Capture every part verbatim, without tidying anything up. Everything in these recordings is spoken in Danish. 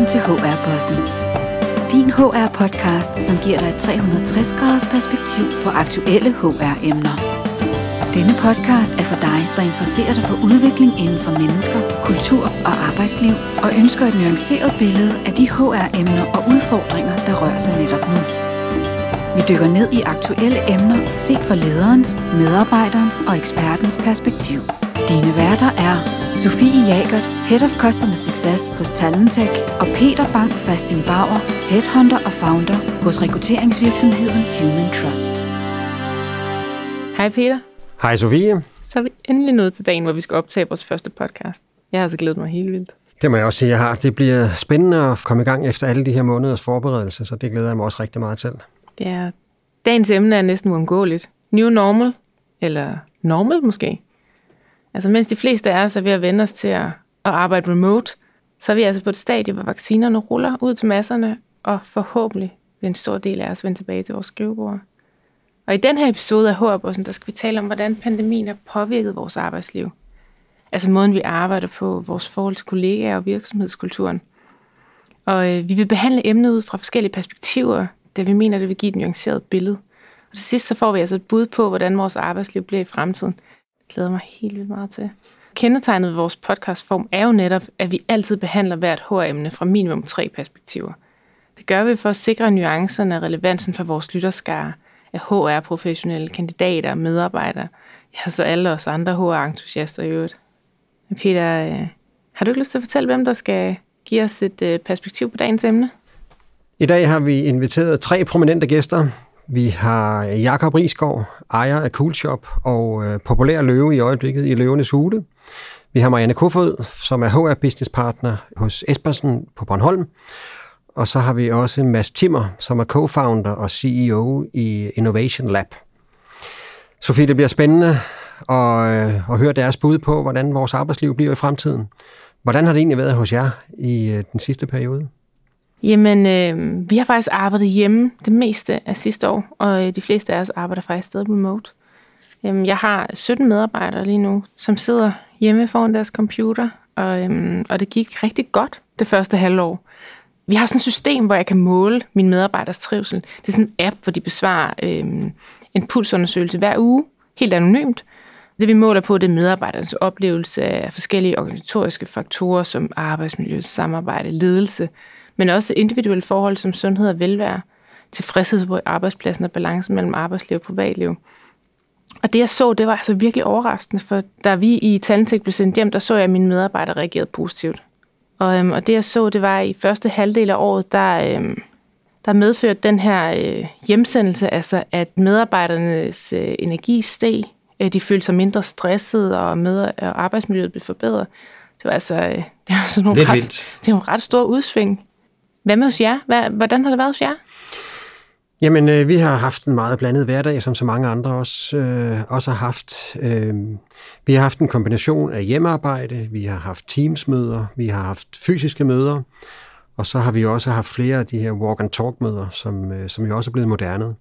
til H R-bossen. Din H R-podcast, som giver dig et tre hundrede og tres graders perspektiv på aktuelle H R-emner. Denne podcast er for dig, der interesserer dig for udvikling inden for mennesker, kultur og arbejdsliv, og ønsker et nuanceret billede af de H R-emner og udfordringer, der rører sig netop nu. Vi dykker ned i aktuelle emner, set fra lederens, medarbejderens og ekspertens perspektiv. Dine værter er Sofie Jagert, Head of Customer Success hos Talentech, og Peter Bang Fasting Bauer, Headhunter og Founder hos rekrutteringsvirksomheden Human Trust. Hej Peter. Hej Sofie. Så er vi endelig nået til dagen, hvor vi skal optage vores første podcast. Jeg har altså glædet mig helt vildt. Det må jeg også sige, jeg har. Det bliver spændende at komme i gang efter alle de her måneders forberedelse, så det glæder jeg mig også rigtig meget til. Ja, dagens emne er næsten uundgåeligt. New normal, eller normal måske. Altså mens de fleste af os er ved at vende os til at, at arbejde remote, så er vi altså på et stadie, hvor vaccinerne ruller ud til masserne, og forhåbentlig vil en stor del af os vende tilbage til vores skrivebord. Og i den her episode af H R-bossen, der skal vi tale om, hvordan pandemien har påvirket vores arbejdsliv. Altså måden, vi arbejder på, vores forhold til kollegaer og virksomhedskulturen. Og øh, vi vil behandle emnet ud fra forskellige perspektiver, da vi mener, det vil give et nuanceret billede. Og til sidst så får vi altså et bud på, hvordan vores arbejdsliv bliver i fremtiden. Det glæder mig helt vildt meget til. Kendetegnet ved vores podcastform er jo netop, at vi altid behandler hvert H R-emne fra minimum tre perspektiver. Det gør vi for at sikre nuancerne og relevansen for vores lytterskare af H R-professionelle kandidater og medarbejdere. Ja, så alle os andre H R-entusiaster i øvrigt. Peter, har du ikke lyst til at fortælle, hvem der skal give os et perspektiv på dagens emne? I dag har vi inviteret tre prominente gæster. Vi har Jakob Risgaard, ejer af Coolshop og øh, populær løve i øjeblikket i Løvenes Hule. Vi har Marianne Kofod, som er H R-businesspartner hos Espersen på Bornholm. Og så har vi også Mads Timmer, som er co-founder og C E O i Innovation Lab. Sofie, det bliver spændende at, øh, at høre deres bud på, hvordan vores arbejdsliv bliver i fremtiden. Hvordan har det egentlig været hos jer i øh, den sidste periode? Jamen, øh, vi har faktisk arbejdet hjemme det meste af sidste år, og de fleste af os arbejder faktisk stadig remote. Øh, jeg har sytten medarbejdere lige nu, som sidder hjemme foran deres computer, og, øh, og det gik rigtig godt det første halvår. Vi har sådan et system, hvor jeg kan måle mine medarbejderes trivsel. Det er sådan en app, hvor de besvarer øh, en pulsundersøgelse hver uge, helt anonymt. Det vi måler på, det er medarbejdernes oplevelse af forskellige organisatoriske faktorer, som arbejdsmiljø, samarbejde, ledelse, men også individuelle forhold som sundhed og velvære, tilfredshed på arbejdspladsen og balancen mellem arbejdsliv og privatliv. Og det jeg så, det var altså virkelig overraskende, for da vi i Talentech blev sendt hjem, der så jeg, at mine medarbejdere reagerede positivt. Og, øhm, og det jeg så, det var i første halvdel af året, der, øhm, der medførte den her øh, hjemsendelse, altså at medarbejdernes øh, energi steg, øh, de følte sig mindre stressede, og, med, og arbejdsmiljøet blev forbedret. Det var altså øh, det var sådan nogle ret, det var en ret stor udsving. Hvad med hos jer? Hvad, hvordan har det været hos jer? Jamen, øh, vi har haft en meget blandet hverdag, som så mange andre også, øh, også har haft. Øh, vi har haft en kombination af hjemmearbejde, vi har haft teamsmøder, vi har haft fysiske møder, og så har vi også haft flere af de her walk-and-talk-møder, som, øh, som jo også er blevet moderne.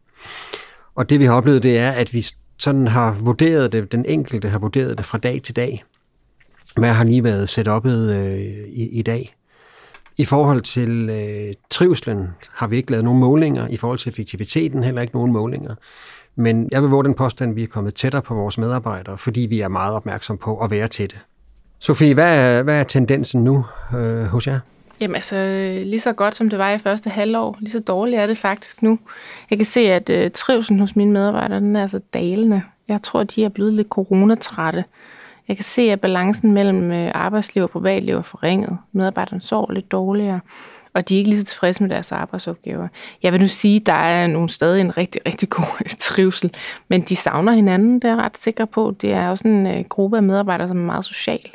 Og det vi har oplevet, det er, at vi sådan har vurderet det, den enkelte har vurderet det fra dag til dag. Hvad har lige været setup'et øh, i, i dag? I forhold til øh, trivslen har vi ikke lavet nogen målinger. I forhold til effektiviteten heller ikke nogen målinger. Men jeg vil våge den påstand, at vi er kommet tættere på vores medarbejdere, fordi vi er meget opmærksom på at være tætte. Sofie, hvad er, hvad er tendensen nu øh, hos jer? Jamen altså, lige så godt som det var i første halvår, lige så dårligt er det faktisk nu. Jeg kan se, at øh, trivslen hos mine medarbejdere, den er altså dalende. Jeg tror, de er blevet lidt coronatrætte. Jeg kan se, at balancen mellem arbejdsliv og privatliv er forringet. Medarbejderne sover lidt dårligere, og de er ikke lige så tilfredse med deres arbejdsopgaver. Jeg vil nu sige, at der er nogle stadig en rigtig, rigtig god trivsel, men de savner hinanden, det er jeg ret sikker på. Det er også en gruppe af medarbejdere, som er meget social.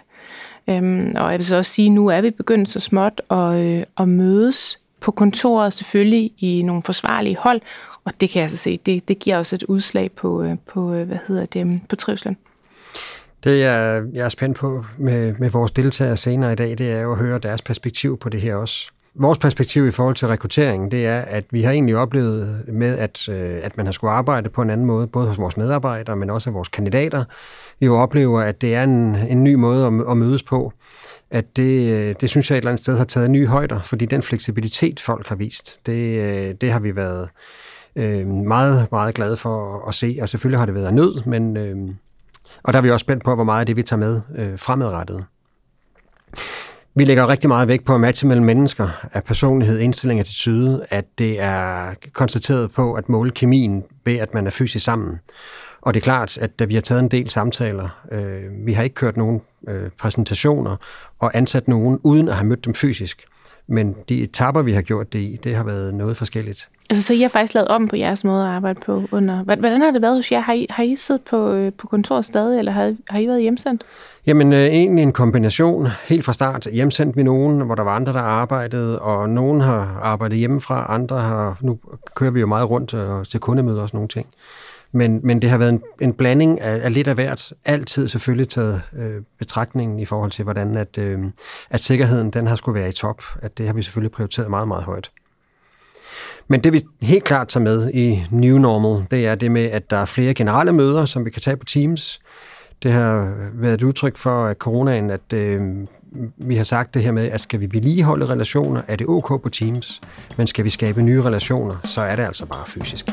Og jeg vil så også sige, at nu er vi begyndt så småt at, at mødes på kontoret, selvfølgelig i nogle forsvarlige hold, og det kan jeg så se, det, det giver også et udslag på, på, hvad hedder det, på trivslen. Det, jeg, jeg er spændt på med, med vores deltagere senere i dag, det er jo at høre deres perspektiv på det her også. vores perspektiv i forhold til rekruttering, det er, at vi har egentlig oplevet med, at, at man har skulle arbejde på en anden måde, både hos vores medarbejdere, men også vores kandidater. Vi jo oplever, at det er en, en ny måde at, at mødes på. At det, det synes jeg et eller andet sted har taget nye højder, fordi den fleksibilitet, folk har vist, det, det har vi været øh, meget, meget glade for at se. Og selvfølgelig har det været af nød, men, øh, og der er vi også spændt på, hvor meget af det vi tager med øh, fremadrettet. Vi lægger rigtig meget vægt på at matche mellem mennesker af personlighed, indstilling og attitude, at det er konstateret på at måle kemien ved, at man er fysisk sammen. Og det er klart, at da vi har taget en del samtaler, øh, vi har ikke kørt nogen øh, præsentationer og ansat nogen uden at have mødt dem fysisk. Men de etapper, vi har gjort det i, det har været noget forskelligt. Altså, så I har faktisk lavet om på jeres måde at arbejde på under... Hvordan har det været hos jer? Har I, har I siddet på, på kontoret stadig, eller har, har I været hjemsendt? Jamen, øh, egentlig en kombination. Helt fra start hjemsendt vi nogen, hvor der var andre, der arbejdede, og nogen har arbejdet hjemmefra, andre har... Nu kører vi jo meget rundt og til kundemøder og sådan nogle ting. Men, men det har været en, en blanding af, af lidt af hvert. Altid selvfølgelig taget øh, betragtningen i forhold til, hvordan at, øh, at sikkerheden den har skulle være i top. At det har vi selvfølgelig prioriteret meget, meget højt. Men det vi helt klart tager med i New Normal, det er det med, at der er flere generelle møder, som vi kan tage på Teams. Det har været et udtryk for at coronaen, at øh, vi har sagt det her med, at skal vi vedligeholde relationer, er det ok på Teams. Men skal vi skabe nye relationer, så er det altså bare fysisk.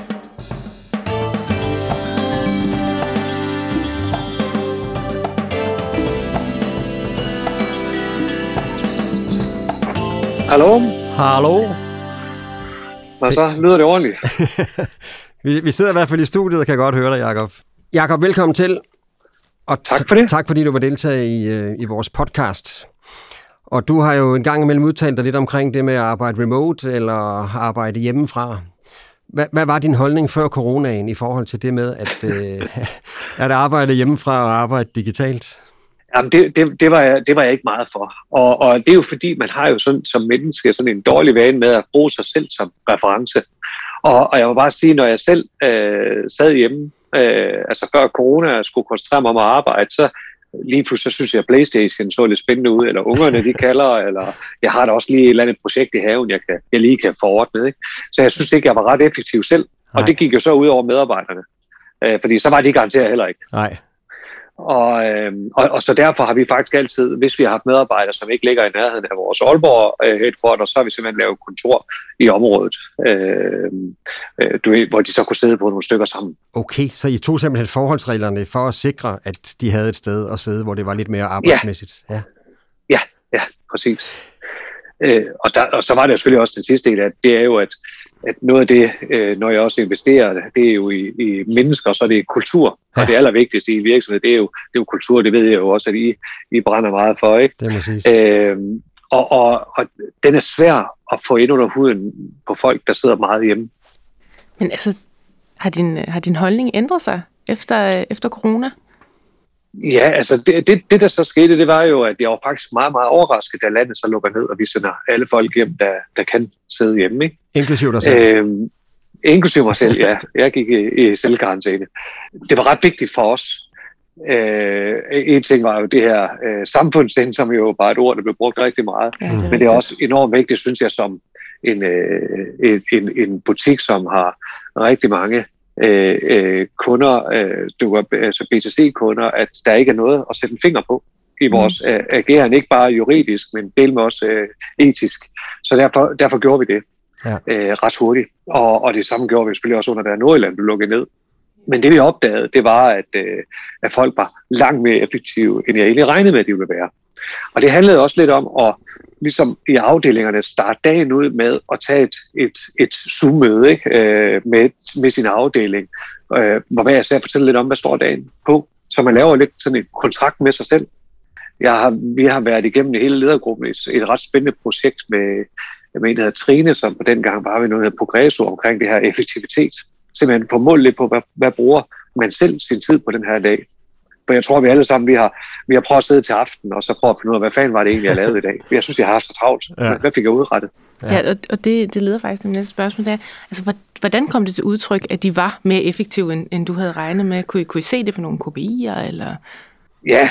Hallo? Hallo? Hvad så? Lyder det ordentligt? vi, vi sidder i hvert fald i studiet og kan godt høre dig, Jakob. Jakob, velkommen til. Og tak for det. Tak fordi du var deltager i, i vores podcast. Og du har jo en gang imellem udtalt dig lidt omkring det med at arbejde remote eller arbejde hjemmefra. Hvad, hvad var din holdning før coronaen i forhold til det med at, øh, at arbejde hjemmefra og arbejde digitalt? Jamen, det, det, det, var jeg, det var jeg ikke meget for. Og, og det er jo fordi, man har jo sådan, som menneske sådan en dårlig vane med at bruge sig selv som reference. Og, og jeg må bare sige, når jeg selv øh, sad hjemme, øh, altså før corona, skulle koncentrere mig om at arbejde, så lige pludselig så synes jeg, at PlayStation så lidt spændende ud, eller ungerne de kalder, eller jeg har da også lige et eller andet projekt i haven, jeg, kan, jeg lige kan få ordnet. Ikke? Så jeg synes ikke, jeg var ret effektiv selv. Nej. Og det gik jo så ud over medarbejderne. Øh, fordi så var de garanteret heller ikke. Nej. Og, øh, og, og så derfor har vi faktisk altid, hvis vi har haft medarbejdere, som ikke ligger i nærheden af vores Aalborg øh, headquarter, så har vi simpelthen lavet kontor i området, øh, øh, du ved, hvor de så kunne sidde på nogle stykker sammen. Okay, så I tog simpelthen forholdsreglerne for at sikre, at de havde et sted at sidde, hvor det var lidt mere arbejdsmæssigt? Ja, ja, ja, præcis. Øh, og, der, og så var det jo selvfølgelig også den sidste del af, det er jo, at at noget af det, øh, når jeg også investerer, det er jo i, i mennesker, og så er det kultur. Ja. Og det allervigtigste i en virksomhed, det er jo, det er jo kultur, det ved jeg jo også, at I, I brænder meget for, ikke? Det må siges. Øhm, og, og, og den er svær at få ind under huden på folk, der sidder meget hjemme. Men altså, har din, har din holdning ændret sig efter, efter corona? Ja, altså det, det, det, der så skete, det var jo, at jeg var faktisk meget, meget overrasket, da landet så lukker ned, og vi sender alle folk hjem, der, der kan sidde hjemme, ikke? Inklusiv dig selv? Øhm, inklusiv mig selv, ja. Jeg gik i, i selvkarantæne. Det var ret vigtigt for os. Øh, en ting var jo det her øh, samfundssind, som jo bare et ord, der blev brugt rigtig meget. Ja, det men det er også enormt vigtigt, synes jeg, som en, øh, en, en butik, som har rigtig mange Øh, øh, kunder, øh, du er, altså B to C-kunder, at der ikke er noget at sætte en finger på i vores øh, ageren, ikke bare juridisk, men del med også øh, etisk. Så derfor, derfor gjorde vi det ja. øh, ret hurtigt. Og, og det samme gjorde vi selvfølgelig også under, da Nordjylland blev lukket ned. Men det vi opdagede, det var, at, øh, at folk var langt mere effektive, end jeg egentlig regnede med, at de ville være. Og det handlede også lidt om at ligesom i afdelingerne starte dagen ud med at tage et, et, et Zoom-møde ikke? Øh, med, med sin afdeling, øh, hvor hver især fortæller lidt om, hvad står dagen på. Så man laver lidt sådan en kontrakt med sig selv. Jeg har, vi har været igennem i hele ledergruppen et, et ret spændende projekt med, med en, der hedder Trine, som på den gang var ved noget, der hedder Progresso omkring det her effektivitet. Simpelthen få mål lidt på, hvad, hvad bruger man selv sin tid på den her dag. For jeg tror, vi alle sammen, vi har, vi har prøvet at sidde til aften, og så prøve at finde ud af, hvad fanden var det egentlig, jeg lavede i dag. Jeg synes, jeg har haft så travlt. Ja. Hvad fik jeg udrettet? Ja, ja og det, det leder faktisk til min næste spørgsmål. Der. Altså, hvordan kom det til udtryk, at de var mere effektive, end, end du havde regnet med? Kunne I, kunne I se det på nogle K P I'er? Eller? Ja,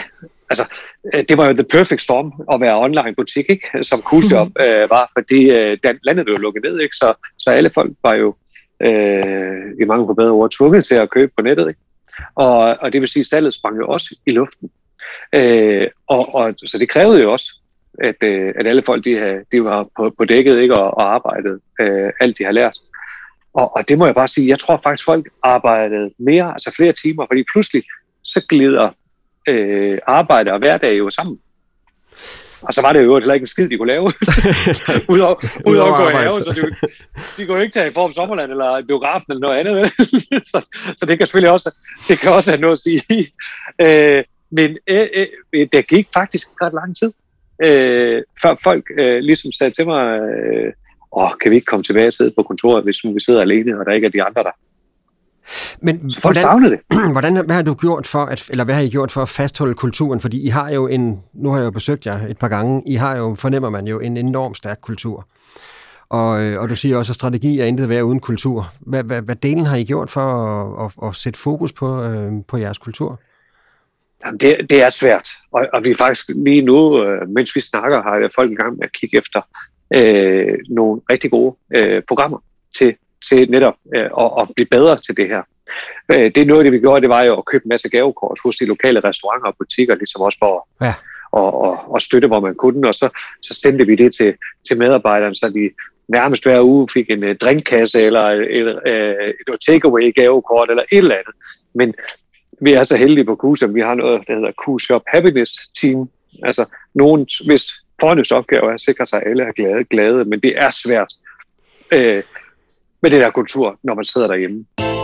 altså, det var jo the perfect storm at være online butik, ikke? Som Q-Shop øh, var, fordi øh, landet blev lukket ned, ikke? Så, så alle folk var jo øh, i mange på bedre ord tvunget til at købe på nettet, ikke? Og, og det vil sige, at salget sprang jo også i luften. Øh, og, og, så det krævede jo også, at, øh, at alle folk de, havde, de var på, på dækket, ikke? Og, og arbejdede øh, alt, de har lært. Og, og det må jeg bare sige, jeg tror faktisk, folk arbejdede mere, altså flere timer, fordi pludselig så glider øh, arbejde og hverdag jo sammen. Og så var det jo heller ikke en skid, de kunne lave. Udover Udover at gå i have, så de, de kunne jo ikke tage i form Sommerland eller biografen eller noget andet. så, så det kan selvfølgelig også, det kan også have noget at sige. Øh, men øh, øh, der gik faktisk ret lang tid, øh, før folk øh, ligesom sagde til mig, øh, åh, kan vi ikke komme tilbage og sidde på kontoret, hvis vi sidder alene, og der ikke er de andre der. Men folk savnede det. Hvordan, hvad har du gjort for at, eller hvad har I gjort for at fastholde kulturen? Fordi I har jo en, nu har jeg jo besøgt jer et par gange, I har jo, fornemmer man jo, en enormt stærk kultur. Og, og du siger også, at strategi er intet værd uden kultur. Hvad, hvad, hvad delen har I gjort for at, at, at sætte fokus på, øh, på jeres kultur? Jamen det, det er svært, og, og vi faktisk lige nu, øh, mens vi snakker, har folk i gang med at kigge efter øh, nogle rigtig gode øh, programmer til til netop øh, at, at blive bedre til det her. Øh, det er noget, det vi gjorde, det var jo at købe en masse gavekort hos de lokale restauranter og butikker, ligesom også for ja. at, at, at støtte, hvor man kunne, og så, så sendte vi det til, til medarbejderne, så de nærmest hver uge fik en uh, drinkkasse eller et, uh, et takeaway gavekort eller et eller andet. Men vi er så heldige på Q, som vi har noget, der hedder Q-Shop Happiness Team. Altså nogen, hvis fornøjeste opgave er at sikre sig, at alle er glade, glade, men det er svært. Øh, med det der kultur, når man sidder derhjemme.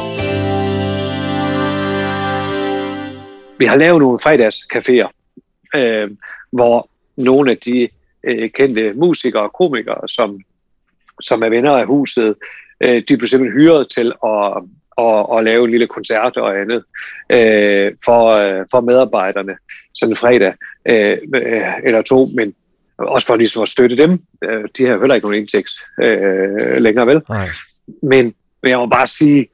Vi har lavet nogle fredagscaféer, øh, hvor nogle af de øh, kendte musikere og komikere, som, som er venner af huset, øh, de blev simpelthen hyret til at, at, at lave en lille koncert og andet øh, for, øh, for medarbejderne sådan en fredag øh, eller to, men også for ligesom at støtte dem. De har jo heller ikke nogen indtægts øh, længere, vel? Nej. Men, men jeg må bare sige,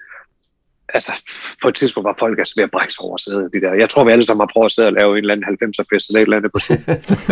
altså på et tidspunkt var folk altså ved at brække sig over sædet, de der. Jeg tror, vi alle sammen har prøvet at sidde og lave en eller anden halvfemser-fest eller et eller andet på Zoom.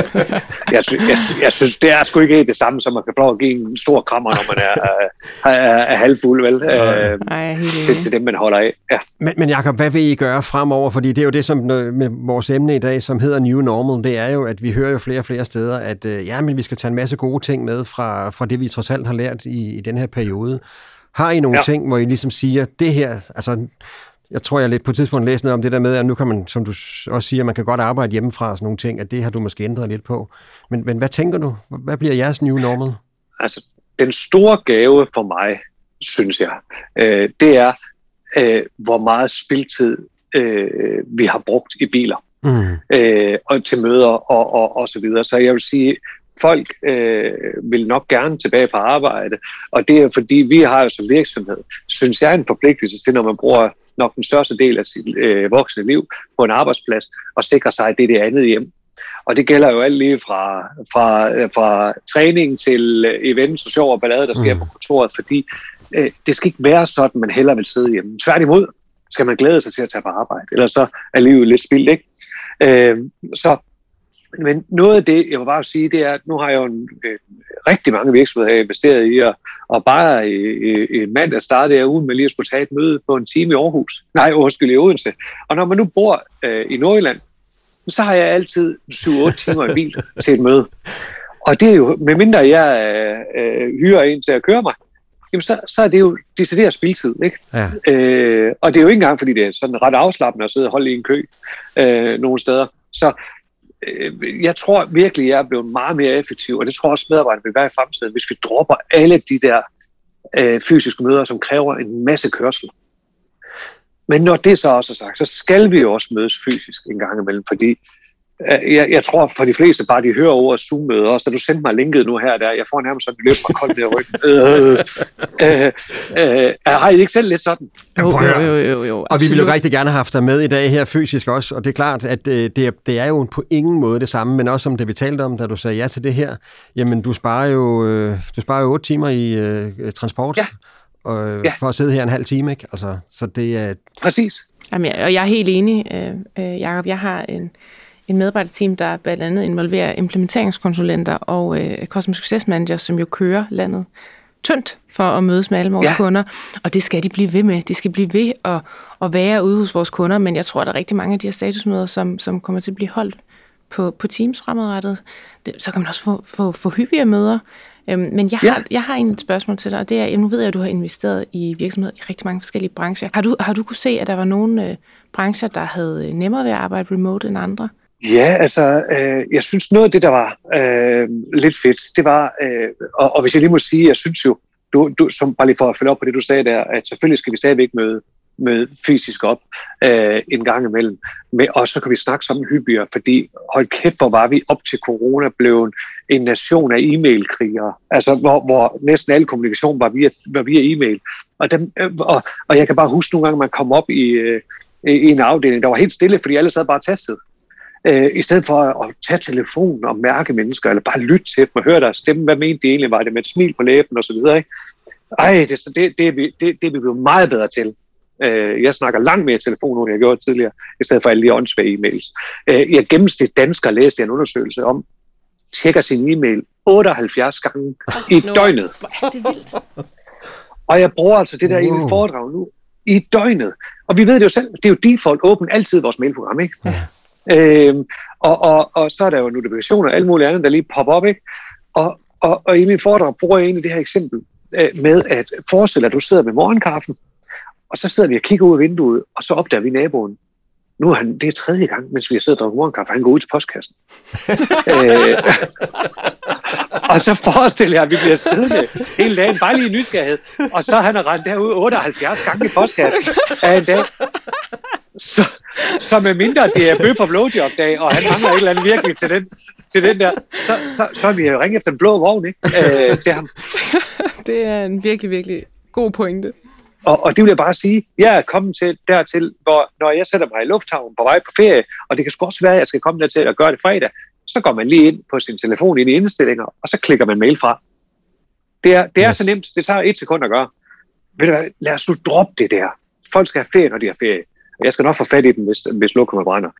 jeg, jeg, jeg synes, det er sgu ikke det samme, som man kan prøve at give en stor krammer, når man er, er, er, er halvfuld, vel? Øh, Ej, til, til dem, man holder af. Ja. Men, men Jacob, hvad vil I gøre fremover? Fordi det er jo det, som med vores emne i dag, som hedder New Normal, det er jo, at vi hører jo flere og flere steder, at øh, ja, men vi skal tage en masse gode ting med fra, fra det, vi trods alt har lært i, i den her periode. Har I nogle ja. ting, hvor I ligesom siger, det her, altså, jeg tror, jeg lidt på et tidspunkt læste noget om det der med, at nu kan man, som du også siger, man kan godt arbejde hjemmefra og sådan nogle ting, at det har du måske ændret lidt på. Men, men hvad tænker du? Hvad bliver jeres new normal? Altså, den store gave for mig, synes jeg, øh, det er, øh, hvor meget spildtid øh, vi har brugt i biler. Mm. Øh, og til møder og, og, og så videre. Så jeg vil sige, folk øh, vil nok gerne tilbage på arbejde, og det er fordi, vi har jo som virksomhed, synes jeg, en forpligtelse til, når man bruger nok den største del af sit øh, voksne liv på en arbejdsplads, og sikre sig, at det er det andet hjem. Og det gælder jo alt lige fra, fra, fra træning til events og sjov og ballade, der sker mm. på kontoret, fordi øh, det skal ikke være sådan, man hellere vil sidde hjemme. Tværtimod skal man glæde sig til at tage på arbejde, ellers så er livet lidt spildt, ikke? Øh, så Men noget af det, jeg vil bare sige, det er, at nu har jeg jo en, en, rigtig mange virksomheder investeret i, og, og bare i, i, en mand, der startede jeg ugen med lige at skulle tage et møde på en time i Aarhus. Nej, undskyld, i Odense. Og når man nu bor øh, i Nordjylland, så har jeg altid syv otte timer i bil til et møde. Og det er jo, medmindre jeg øh, hyrer en til at køre mig, jamen så, så er det jo decideret spildtid, ikke? Ja. Øh, og det er jo ikke engang, fordi det er sådan ret afslappende at sidde og holde i en kø øh, nogle steder. Så jeg tror virkelig, jeg er blevet meget mere effektiv, og det tror jeg også medarbejderne vil være i fremtiden, hvis vi dropper alle de der øh, fysiske møder, som kræver en masse kørsel. Men når det så også er sagt, så skal vi jo også mødes fysisk en gang imellem, fordi øh, jeg, jeg tror for de fleste bare, de hører ordet Zoom-møder, og så du sendte mig linket nu her og der, jeg får nærmest sådan, at løber mig koldt ned i ryggen. Øh, øh, øh, har I ikke selv lidt sådan? Jo, jo, jo, jo, jo. Og vi ville jo rigtig gerne have haft dig med i dag her fysisk også, og det er klart, at øh, det, er, det er jo på ingen måde det samme, men også som det vi talte om, da du sagde ja til det her, jamen du sparer jo, øh, du sparer jo otte timer i øh, transport. Ja. Og, ja. For at sidde her en halv time, ikke? Altså, så det er... Præcis. Jamen, jeg, og jeg er helt enig, øh, Jacob. Jeg har en, et medarbejderteam, der blandt andet involverer implementeringskonsulenter og øh, Customer Success Manager, som jo kører landet tyndt for at mødes med alle vores ja. kunder, og det skal de blive ved med. De skal blive ved at, at være ude hos vores kunder, men jeg tror, der er rigtig mange af de her statusmøder, som, som kommer til at blive holdt på, på Teams fremadrettet. Så kan man også få, få, få hyppigere møder. Men jeg har, ja. jeg har en spørgsmål til dig, og det er, nu ved jeg, at du har investeret i virksomheder i rigtig mange forskellige brancher. Har du, har du kunne se, at der var nogle øh, brancher, der havde nemmere ved at arbejde remote end andre? Ja, altså, øh, jeg synes noget af det, der var øh, lidt fedt, det var, øh, og, og hvis jeg lige må sige, jeg synes jo, du, du, som bare lige for at følge op på det, du sagde der, at selvfølgelig skal vi stadigvæk møde, møde fysisk op øh, en gang imellem, men, og så kan vi snakke sammen hyppigere, fordi hold kæft, hvor var vi op til corona blevet en nation af e-mail-krigere, altså hvor, hvor næsten al kommunikation var via, var via e-mail, og, dem, øh, og, og jeg kan bare huske nogle gange, man kom op i, øh, i en afdeling, der var helt stille, fordi alle sad bare tastet. Øh, I stedet for at, at tage telefonen og mærke mennesker, eller bare lytte til dem og høre deres stemme, hvad mente de egentlig, var det med et smil på læben og så videre, ikke? Ej, det, det, det, er vi, det, det er vi blevet meget bedre til. Øh, jeg snakker langt mere i telefon, end jeg gjorde tidligere, i stedet for alle de åndssvage e-mails. Øh, jeg gennemsnit dansker læste en undersøgelse om, tjekker sin e-mail otteoghalvfjerds gange i døgnet. Hvor er det vildt. Og jeg bruger altså det der wow. i foredrag nu, i døgnet. Og vi ved det jo selv, det er jo default åben altid vores mailprogram, ikke? Ja. Øhm, og, og, og så er der jo notifikationer og alt muligt andet, der lige popper op, ikke? Og, og, og i min foredrag bruger jeg egentlig det her eksempel øh, med at forestille, at du sidder med morgenkaffen, og så sidder vi og kigger ud af vinduet, og så opdager vi naboen. Nu er han, det er tredje gang, mens vi har siddet og drukket morgenkaffe, han går ud til postkassen. øh, og så forestiller jeg, at vi bliver siddende hele dagen, bare lige i nysgerrighed, og så han har rendt derude otteoghalvfjerds gange i postkassen af en dag. Så, så med mindre det er bøf og blowjob-dag, og han mangler et eller andet virkelig til den, til den der, så, så, så er vi jo ringet efter en blå vogn, ikke? Øh, til ham. Det er en virkelig, virkelig god pointe. Og, og det vil jeg bare sige, jeg er kommet til dertil, hvor når jeg sætter mig i lufthavnen på vej på ferie, og det kan sgu også være, at jeg skal komme dertil og gøre det fredag, så går man lige ind på sin telefon ind i indstillinger, og så klikker man mail fra. Det er, det er yes. så nemt, det tager et sekund at gøre. Ved du hvad, lad os nu droppe det der. Folk skal have ferie, når de har ferie. Og jeg skal nok få fat i dem, hvis, hvis lokummet brænder.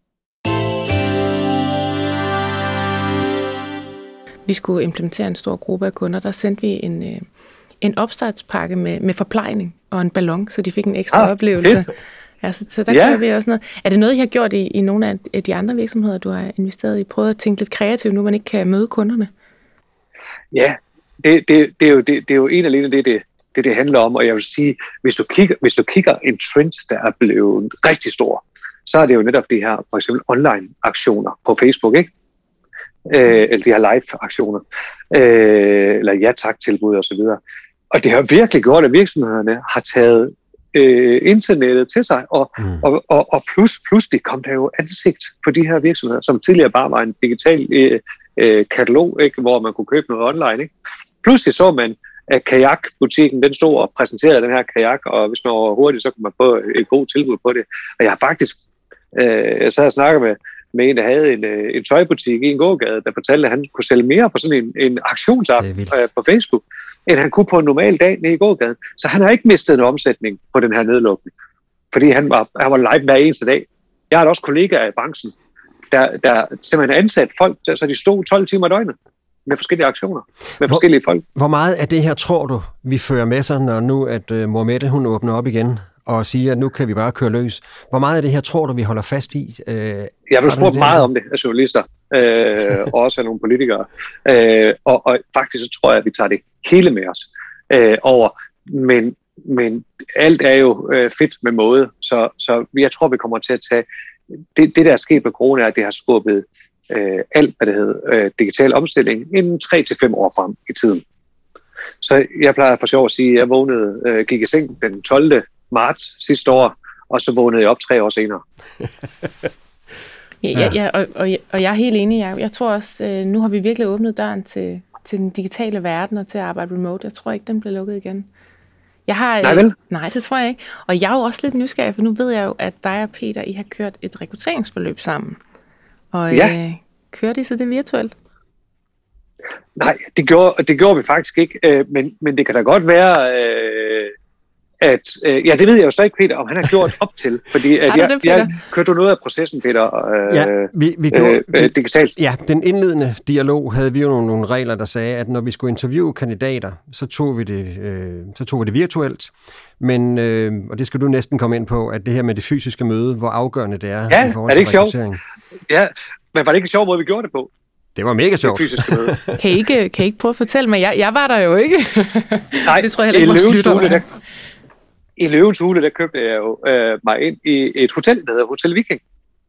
Vi skulle implementere en stor gruppe af kunder, der sendte vi en, øh, en opstartspakke med, med forplejning og en ballon, så de fik en ekstra ah, oplevelse. Ja, så, så der ja. gør vi også noget. Er det noget, I har gjort i, i nogle af de andre virksomheder, du har investeret i? Prøvet at tænke lidt kreativt nu, man ikke kan møde kunderne? Ja, det, det, det, er, jo, det, det er jo en alene det, det, det, det handler om. Og jeg vil sige, hvis du kigger, hvis du kigger en trend, der er blevet rigtig stor, så er det jo netop det her, for eksempel online-aktioner på Facebook, ikke? Øh, eller de her live-aktioner, øh, eller ja-tak-tilbud og så videre. Og det har virkelig gjort, at virksomhederne har taget øh, internettet til sig, og, mm. og, og, og plus, pludselig kom der jo ansigt på de her virksomheder, som tidligere bare var en digital øh, øh, katalog, ikke, hvor man kunne købe noget online. Ikke? Pludselig så man, at kajakbutikken, den stod og præsenterede den her kajak, og hvis man var hurtigt, så kunne man få et godt tilbud på det. Og jeg har faktisk, øh, jeg sad og snakkede med, med en, der havde en, en tøjbutik i en gågade, der fortalte, at han kunne sælge mere på sådan en, en aktionsapp øh, på Facebook, end han kunne på en normal dag nede i gågaden. Så han har ikke mistet en omsætning på den her nedlukning, fordi han var, han var live hver eneste dag. Jeg har også kollegaer i branchen, der, der simpelthen ansat folk, så de stod tolv timer i døgnet med forskellige aktioner, med hvor, forskellige folk. Hvor meget af det her tror du, vi fører med sig, når nu at uh, Mor Mette, hun åbner op igen og siger, at nu kan vi bare køre løs? Hvor meget af det her tror du, vi holder fast i? Uh, jeg vil spurgt meget om det af journalister, øh, og også af nogle politikere. Øh, og, og faktisk så tror jeg, at vi tager det hele med os øh, over. Men, men alt er jo øh, fedt med måde, så, så jeg tror, vi kommer til at tage... Det, det der er sket på corona, er, at det har skubbet øh, alt, hvad det hedder, øh, digital omstilling, inden tre til fem år frem i tiden. Så jeg plejer for sjov at sige, at jeg vågnede, øh, gik i seng den tolvte marts sidste år, og så vågnede jeg op tre år senere. Ja, ja, ja og, og, og jeg er helt enig. Jeg, jeg tror også, øh, nu har vi virkelig åbnet døren til, til den digitale verden og til at arbejde remote. Jeg tror ikke, den bliver lukket igen. Jeg har, nej, vel? Øh, nej, det tror jeg ikke. Og jeg er jo også lidt nysgerrig, for nu ved jeg jo, at dig og Peter, I har kørt et rekrutteringsforløb sammen. Og ja. øh, kørte I så det virtuelt? Nej, det gjorde, det gjorde vi faktisk ikke. Øh, men, men det kan da godt være, øh, at, øh, ja, det ved jeg jo så ikke, Peter, om han har gjort op til, fordi at jeg, det, jeg kørte noget af processen, Peter, øh, ja, vi, vi gjorde, øh, vi, digitalt. Ja, den indledende dialog havde vi jo nogle, nogle regler, der sagde, at når vi skulle interviewe kandidater, så tog vi det, øh, så tog vi det virtuelt, men, øh, og det skal du næsten komme ind på, at det her med det fysiske møde, hvor afgørende det er ja, i forhold er det til rekruttering. Ja, men var det ikke en sjov måde, vi gjorde det på? Det var mega sjovt. Kan I ikke, kan I ikke prøve at fortælle mig? Jeg, jeg var der jo ikke. Nej, det tror jeg heller ikke, vores lytter var. I Løvens Hule, der købte jeg jo øh, mig ind i et hotel, der hedder Hotel Viking.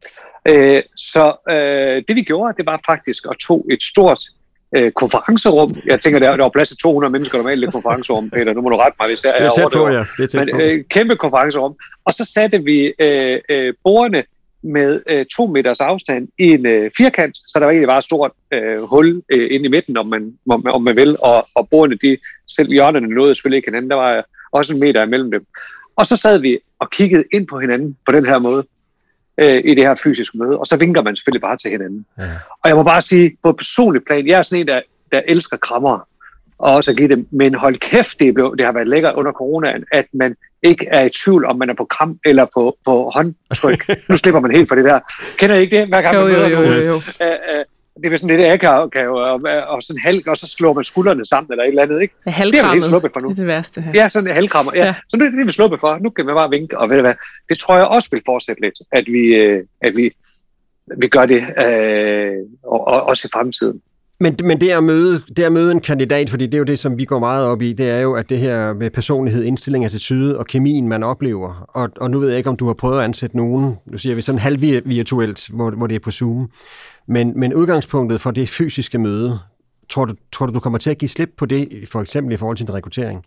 Øh, så øh, det vi gjorde, det var faktisk at tog et stort øh, konferencerum. Jeg tænker, der, der var plads til to hundrede mennesker normalt i et konferencerum, Peter. Nu må du rette mig, hvis jeg er, er over det. På, ja. Det er tæt Men, på. Øh, kæmpe konferencerum. Og så satte vi øh, øh, bordene med øh, to meters afstand i en øh, firkant, så der var egentlig bare et stort øh, hul øh, inde i midten, om man, om, om man vil, og, og bordene, de, selv hjørnerne nåede selvfølgelig ikke hinanden, der var også en meter imellem dem. Og så sad vi og kiggede ind på hinanden på den her måde, øh, i det her fysiske møde, og så vinker man selvfølgelig bare til hinanden. Ja. Og jeg må bare sige, på et personligt plan, jeg er sådan en, der, der elsker krammer, og også at give dem, men hold kæft, det, blev, det har været lækkert under coronaen, at man ikke er i tvivl, om man er på kram eller på, på håndtryk. Nu slipper man helt for det der. Kender I ikke det? Hver gang man møder nogen. Det er sådan lidt akavet, og, og sådan halk, og så slår man skuldrene sammen, eller et eller andet, ikke? Det er helt sluppet for nu. Det er det værste her. Ja, sådan en halvkrammer. Ja. Ja. Så nu er det det, vi sluppet for. Nu kan vi bare vinke, og ved du hvad, det tror jeg også vil fortsætte lidt, at vi, at vi, vi gør det, øh, og, og, også i fremtiden. Men, men det, at møde, det at møde en kandidat, fordi det er jo det, som vi går meget op i, det er jo, at det her med personlighed, indstilling til syde og kemien, man oplever. Og, og nu ved jeg ikke, om du har prøvet at ansætte nogen, nu siger vi sådan halvvirtuelt, hvor, hvor det er på Zoom. Men, men udgangspunktet for det fysiske møde, tror du, tror du, du kommer til at give slip på det, for eksempel i forhold til en rekruttering?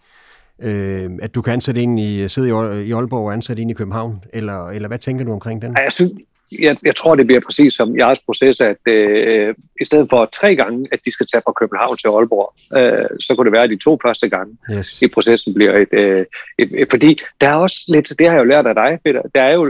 Øh, at du kan ansætte en i, sidde i Aalborg og ansætte en i København? Eller, eller hvad tænker du omkring den? Jeg synes, Jeg, jeg tror, det bliver præcis som jeres proces, at øh, i stedet for tre gange, at de skal tage fra København til Aalborg, øh, så kunne det være, at de to første gange yes. i processen bliver et, øh, et, et... Fordi der er også lidt, det har jeg jo lært af dig, Peter, der er jo,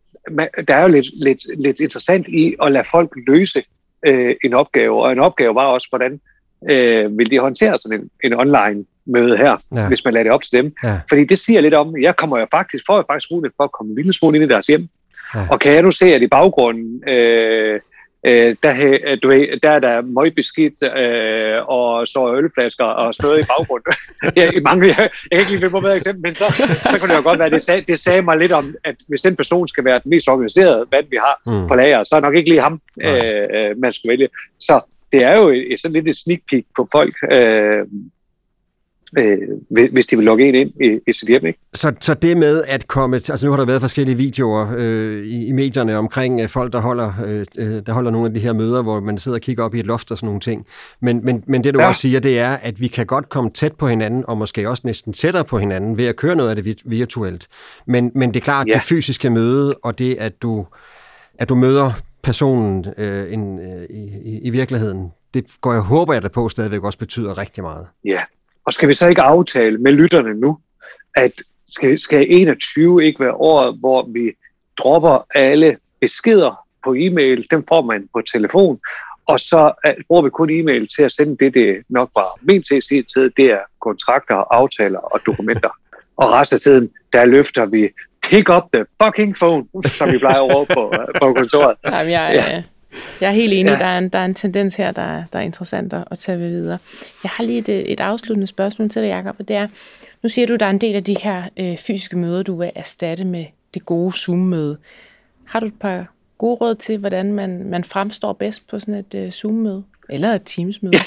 der er jo lidt, lidt, lidt interessant i at lade folk løse øh, en opgave, og en opgave var også, hvordan øh, vil de håndtere sådan en, en online møde her, ja. Hvis man lader det op til dem. Ja. Fordi det siger lidt om, jeg kommer jo faktisk, får jeg faktisk mulighed for at komme en lille smule ind i deres hjem. Ja. Og kan jeg nu se, at i baggrunden, øh, øh, der, du ved, der er der møgbeskidt øh, og så ølflasker og sådan noget i baggrunden. jeg, mange, jeg, jeg kan ikke lige finde på et bedre eksempel, men så, så kunne det jo godt være, det sagde, det sagde mig lidt om, at hvis den person skal være den mest organiserede vand, vi har mm. på lager, så er nok ikke lige ham, øh, man skal vælge. Så det er jo et, sådan lidt et sneak peek på folk, øh, Øh, hvis de vil logge ind i, i sit hjem, ikke? Så, så det med at komme... Altså nu har der været forskellige videoer øh, i, i medierne omkring øh, folk, der holder, øh, der holder nogle af de her møder, hvor man sidder og kigger op i et loft og sådan nogle ting. Men, men, men det du ja. også siger, det er, at vi kan godt komme tæt på hinanden, og måske også næsten tættere på hinanden, ved at køre noget af det virtuelt. Men, men det er klart, at ja. det fysiske møde, og det, at du, at du møder personen øh, en, øh, i, i virkeligheden, det går jeg håber jeg da på stadigvæk også betyder rigtig meget. Ja. Og skal vi så ikke aftale med lytterne nu, at skal, skal enogtyve ikke være året, hvor vi dropper alle beskeder på e-mail, dem får man på telefon, og så uh, bruger vi kun e-mail til at sende det, det nok var ment til i sin tid, det er kontrakter, aftaler og dokumenter. Og resten af tiden, der løfter vi pick up the fucking phone, som vi plejer at råbe på, uh, på kontoret. Jamen, jeg, ja. Jeg er helt enig, ja. der, er en, der er en tendens her, der er, der er interessant at, at tage videre. Jeg har lige et, et afsluttende spørgsmål til dig, Jacob, og det er, nu siger du, at der er en del af de her øh, fysiske møder, du vil erstatte med det gode Zoom-møde. Har du et par gode råd til, hvordan man, man fremstår bedst på sådan et øh, Zoom-møde? Eller et Teams-møde?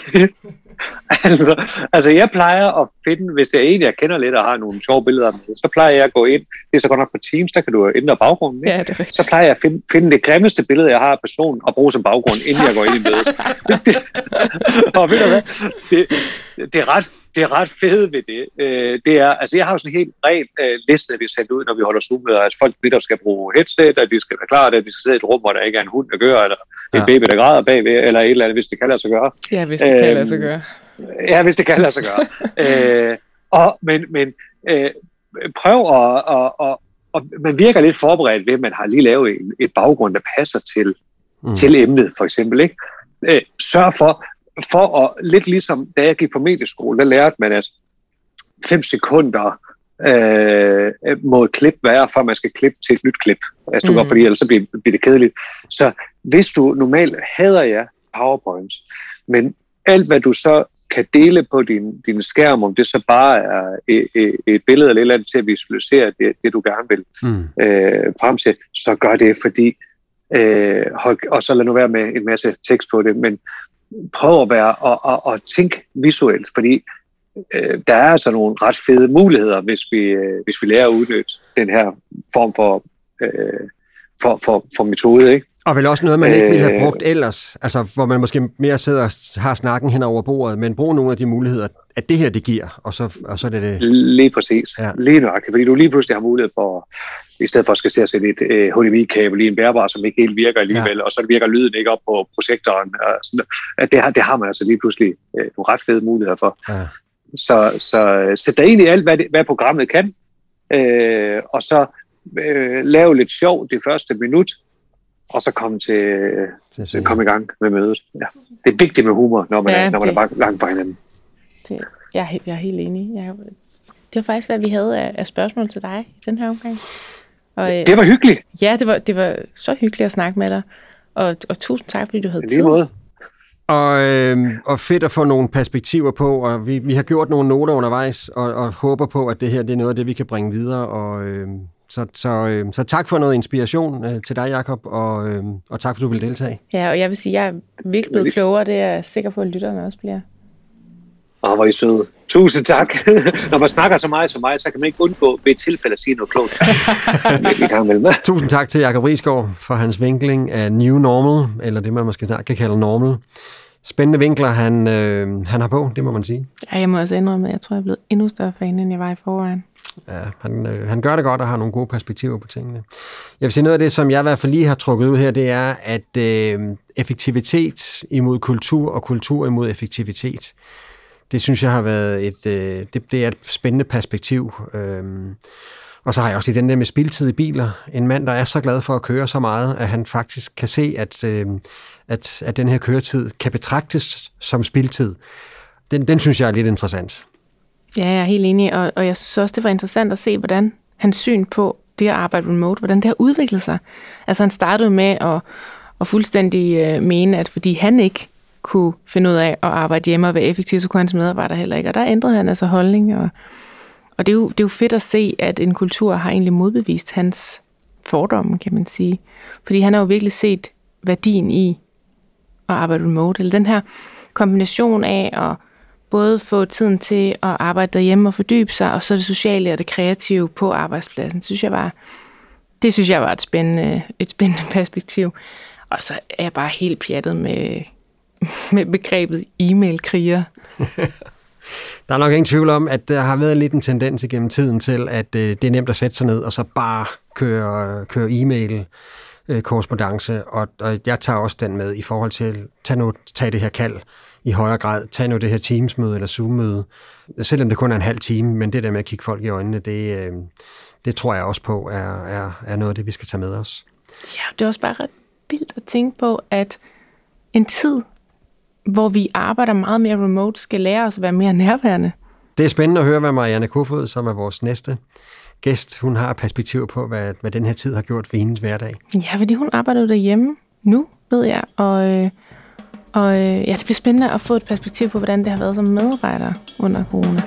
altså, altså, jeg plejer at finde, hvis det er en, jeg kender lidt og har nogle sjove billeder med, så plejer jeg at gå ind, det er så godt nok på Teams, der kan du ændre baggrunden, ikke? Ja, det er rigtigt. Så plejer jeg at finde, finde det grimmeste billede, jeg har af personen, og bruge som baggrund, inden jeg går ind i mødet. det, og ved du hvad? Det, det, er ret, det er ret fedt ved det. det er, altså, jeg har jo sådan en helt ren uh, liste, vi sætter ud, når vi holder Zoom-møder, at folk der skal bruge headset, at de skal være klar, at de skal sidde i et rum, hvor der ikke er en hund, der gør, eller en ja. baby, der græder bagved, eller et eller andet, hvis det kan lade sig gøre. Ja, hvis det kan lade sig gøre. Ja, hvis det kan lade sig gøre. øh, og, men men øh, prøv at... Og, og, og man virker lidt forberedt ved, at man har lige lavet en, et baggrund, der passer til, mm. til emnet, for eksempel. Ikke? Øh, sørg for, for at, lidt ligesom da jeg gik på medieskole, der lærte man, at fem sekunder øh, må et klip være, før man skal klippe til et nyt klip. Altså, du Mm. går, fordi ellers så bliver, bliver det kedeligt. Så hvis du normalt hader jeg PowerPoint, men alt hvad du så kan dele på din, din skærm, om det så bare er et, et, et billede eller et eller andet til at visualisere det, det du gerne vil Mm. øh, frem til, så gør det, fordi øh, og så lad nu være med en masse tekst på det, men prøv at være og, og, og tænk visuelt, fordi øh, der er altså nogle ret fede muligheder, hvis vi, øh, hvis vi lærer at udnytte den her form for, øh, for, for, for metode, ikke? Og vel også noget, man ikke ville have Øh. brugt ellers, altså hvor man måske mere sidder og har snakken hen over bordet, men bruge nogle af de muligheder, at det her det giver, og så, og så er det det. Lige præcis. Ja. Ja. Lige nøjagtigt, fordi du lige pludselig har mulighed for, i stedet for at skal se at sætte et øh, H D M I-kabel i en bærbar, som ikke helt virker alligevel, ja. Og så virker lyden ikke op på projektoren. Og sådan, at det, har, det har man altså lige pludselig øh, nogle ret fede muligheder for. Ja. Så, så sæt dig ind i alt, hvad, det, hvad programmet kan, øh, og så øh, lave lidt sjov det første minut, og så komme til, til komme i gang med mødet. Ja. Det er vigtigt med humor, når man, Ja, er, når man det- er bare langt fra hinanden. Det, jeg, er, he- jeg er helt enig. Jeg, det var faktisk, hvad vi havde af, af spørgsmål til dig i den her omgang. Og, øh, Det var hyggeligt. ja, det var, det var så hyggeligt at snakke med dig. Og, og tusind tak, fordi du havde I tid. lige måde. Og, øh, og fedt at få nogle perspektiver på, og vi, vi har gjort nogle noter undervejs, og, og håber på, at det her det er noget af det, vi kan bringe videre. Og, øh, så, så, øh, så tak for noget inspiration øh, til dig, Jakob, og, øh, og tak for, at du vil deltage. Ja, og jeg vil sige, jeg er virkelig blevet klogere. Det er jeg sikker på, at lytterne også bliver. Åh, hvor er I søde. Tusind tak. Når man snakker så meget som mig, så kan man ikke undgå ved et tilfælde at sige noget klogt. I gang imellem. Tusind tak til Jakob Risgaard for hans vinkling af New Normal, eller det, man måske snart kan kalde normal. Spændende vinkler, han, øh, han har på, det må man sige. Ja, jeg må også indrømme, at jeg tror, jeg er blevet endnu større fan, end jeg var i forvejen. Ja, han, øh, han gør det godt og har nogle gode perspektiver på tingene. Jeg vil sige, noget af det, som jeg i hvert fald lige har trukket ud her, det er, at øh, effektivitet imod kultur og kultur imod effektivitet, det synes jeg har været et, øh, det, det er et spændende perspektiv. Øhm, og så har jeg også i den der med spildtid i biler, en mand, der er så glad for at køre så meget, at han faktisk kan se, at, øh, at, at den her køretid kan betragtes som spildtid. Den, den synes jeg er lidt interessant. Ja, jeg er helt enig, og, og jeg synes også, det var interessant at se, hvordan hans syn på det at arbejde remote, hvordan det har udviklet sig. Altså han startede med at, at fuldstændig øh, mene, at fordi han ikke kunne finde ud af at arbejde hjemme og være effektiv, så kunne hans medarbejdere heller ikke. Og der ændrede han altså holdning, og, og det, er jo, det er jo fedt at se, at en kultur har egentlig modbevist hans fordomme, kan man sige. Fordi han har jo virkelig set værdien i at arbejde remote, eller den her kombination af at både få tiden til at arbejde derhjemme og fordybe sig, og så det sociale og det kreative på arbejdspladsen. Det synes jeg var, det synes jeg var et spændende, et spændende perspektiv. Og så er jeg bare helt pjattet med, med begrebet e-mail-kriger. Der er nok ingen tvivl om, at der har været lidt en tendens igennem tiden til, at øh, det er nemt at sætte sig ned og så bare køre, køre e-mail øh, korrespondance, og, og jeg tager også den med i forhold til, tag nu tag det her kald i højere grad, tag nu det her Teams-møde eller Zoom-møde, selvom det kun er en halv time, men det der med at kigge folk i øjnene, det, øh, det tror jeg også på er, er, er noget af det, vi skal tage med os. Ja, det er også bare ret vildt at tænke på, at en tid, hvor vi arbejder meget mere remote, skal lære os at være mere nærværende. Det er spændende at høre, hvad Marianne Kofod, som er vores næste gæst, hun har perspektiv på, hvad, hvad den her tid har gjort for hendes hverdag. Ja, fordi hun arbejder jo derhjemme nu, ved jeg, og, øh, og øh, ja, det bliver spændende at få et perspektiv på, hvordan det har været som medarbejder under corona.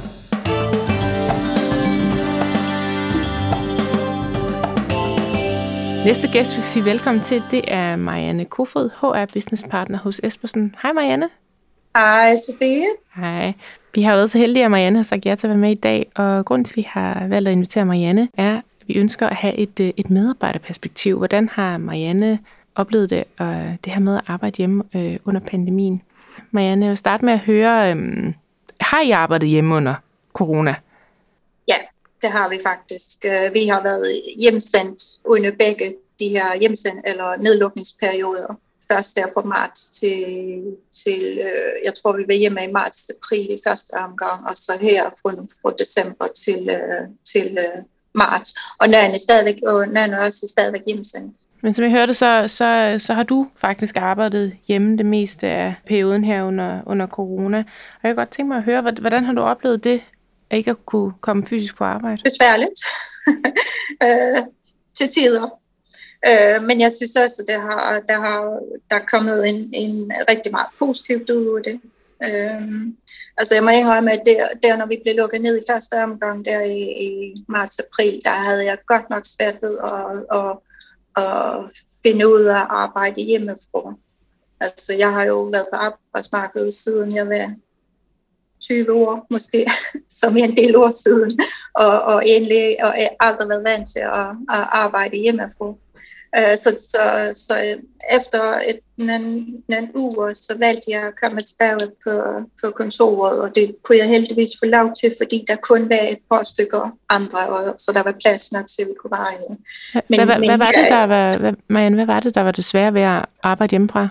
Næste gæst, vi kan sige velkommen til, det er Marianne Kofod, H R Business Partner hos Espersen. Hej Marianne. Hej Sofie. Hej. Vi har været så heldige, at Marianne har sagt ja til at være med i dag, og grunden til, at vi har valgt at invitere Marianne, er, at vi ønsker at have et, et medarbejderperspektiv. Hvordan har Marianne oplevet det, og det her med at arbejde hjemme øh, under pandemien? Marianne, jeg vil starte med at høre, øh, har I arbejdet hjemme under corona? Ja, det har vi faktisk. Vi har været hjemsendt under begge de her hjemsendt eller nedlukningsperioder. Først der fra marts til, til, jeg tror vi var hjemme i marts-april i første omgang, og så her fra, fra december til, til marts. Og Nanne er stadigvæk, og Nanne er også stadigvæk hjemsendt. Men som jeg hørte, så, så, så har du faktisk arbejdet hjemme det meste af perioden her under, under corona. Og jeg kan godt tænke mig at høre, hvordan har du oplevet det ikke at kunne komme fysisk på arbejde? Besværligt øh, til tider. Øh, men jeg synes også, at der har, der har der er kommet en, en rigtig meget positivt ud af det. Øh, altså jeg må indrømme, at der, der når vi blev lukket ned i første omgang, der i, i marts-april, der havde jeg godt nok svært ved at, at, at finde ud af at arbejde hjemmefra. Altså jeg har jo været på arbejdsmarkedet siden jeg var tyve år, måske, som en del år siden, og, og egentlig og jeg aldrig været vant til at, at arbejde hjemmefra. Uh, så, så, så efter et, en, en uge, så valgte jeg at komme tilbage på, på kontoret, og det kunne jeg heldigvis få lov til, fordi der kun var et par stykker andre, og, så der var plads nok til, at vi kunne være hjemme. Men, hvad, men, hvad, var det, der var, hvad, Marianne, hvad var det, der var det svære ved at arbejde hjemmefra?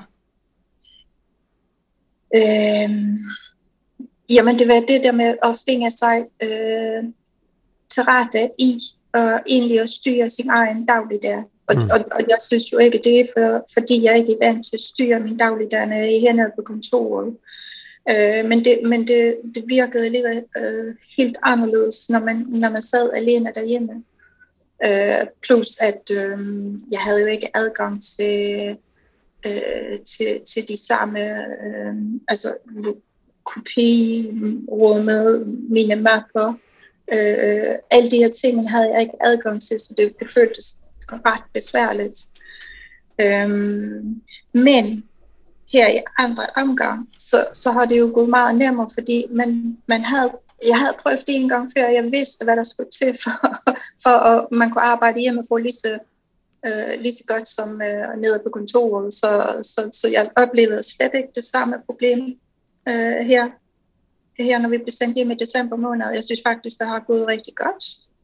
Øhm, jamen, det var det der med at finde sig øh, til rette i, og egentlig at styre sin egen dagligdag. Og, mm. og, og jeg synes jo ikke, det er for, fordi jeg ikke er vant til at styre min dagligdag, når jeg er hernede på kontoret. Øh, men det, men det, det virkede alligevel øh, helt anderledes, når man, når man sad alene derhjemme. Øh, plus at øh, jeg havde jo ikke adgang til, øh, til, til de samme øh, altså kopirummet, mine mapper. Øh, alle de her ting havde jeg ikke adgang til, så det, det føltes ret besværligt. Øhm, men her i andre omgang, så, så har det jo gået meget nemmere, fordi man, man havde, jeg havde prøvet det en gang før, jeg vidste, hvad der skulle til, for, for at man kunne arbejde hjemme for lige så, øh, lige så godt som øh, nede på kontoret. Så, så, så jeg oplevede slet ikke det samme problem øh, her, her, når vi blev sendt hjem i december måned. Jeg synes faktisk, det har gået rigtig godt.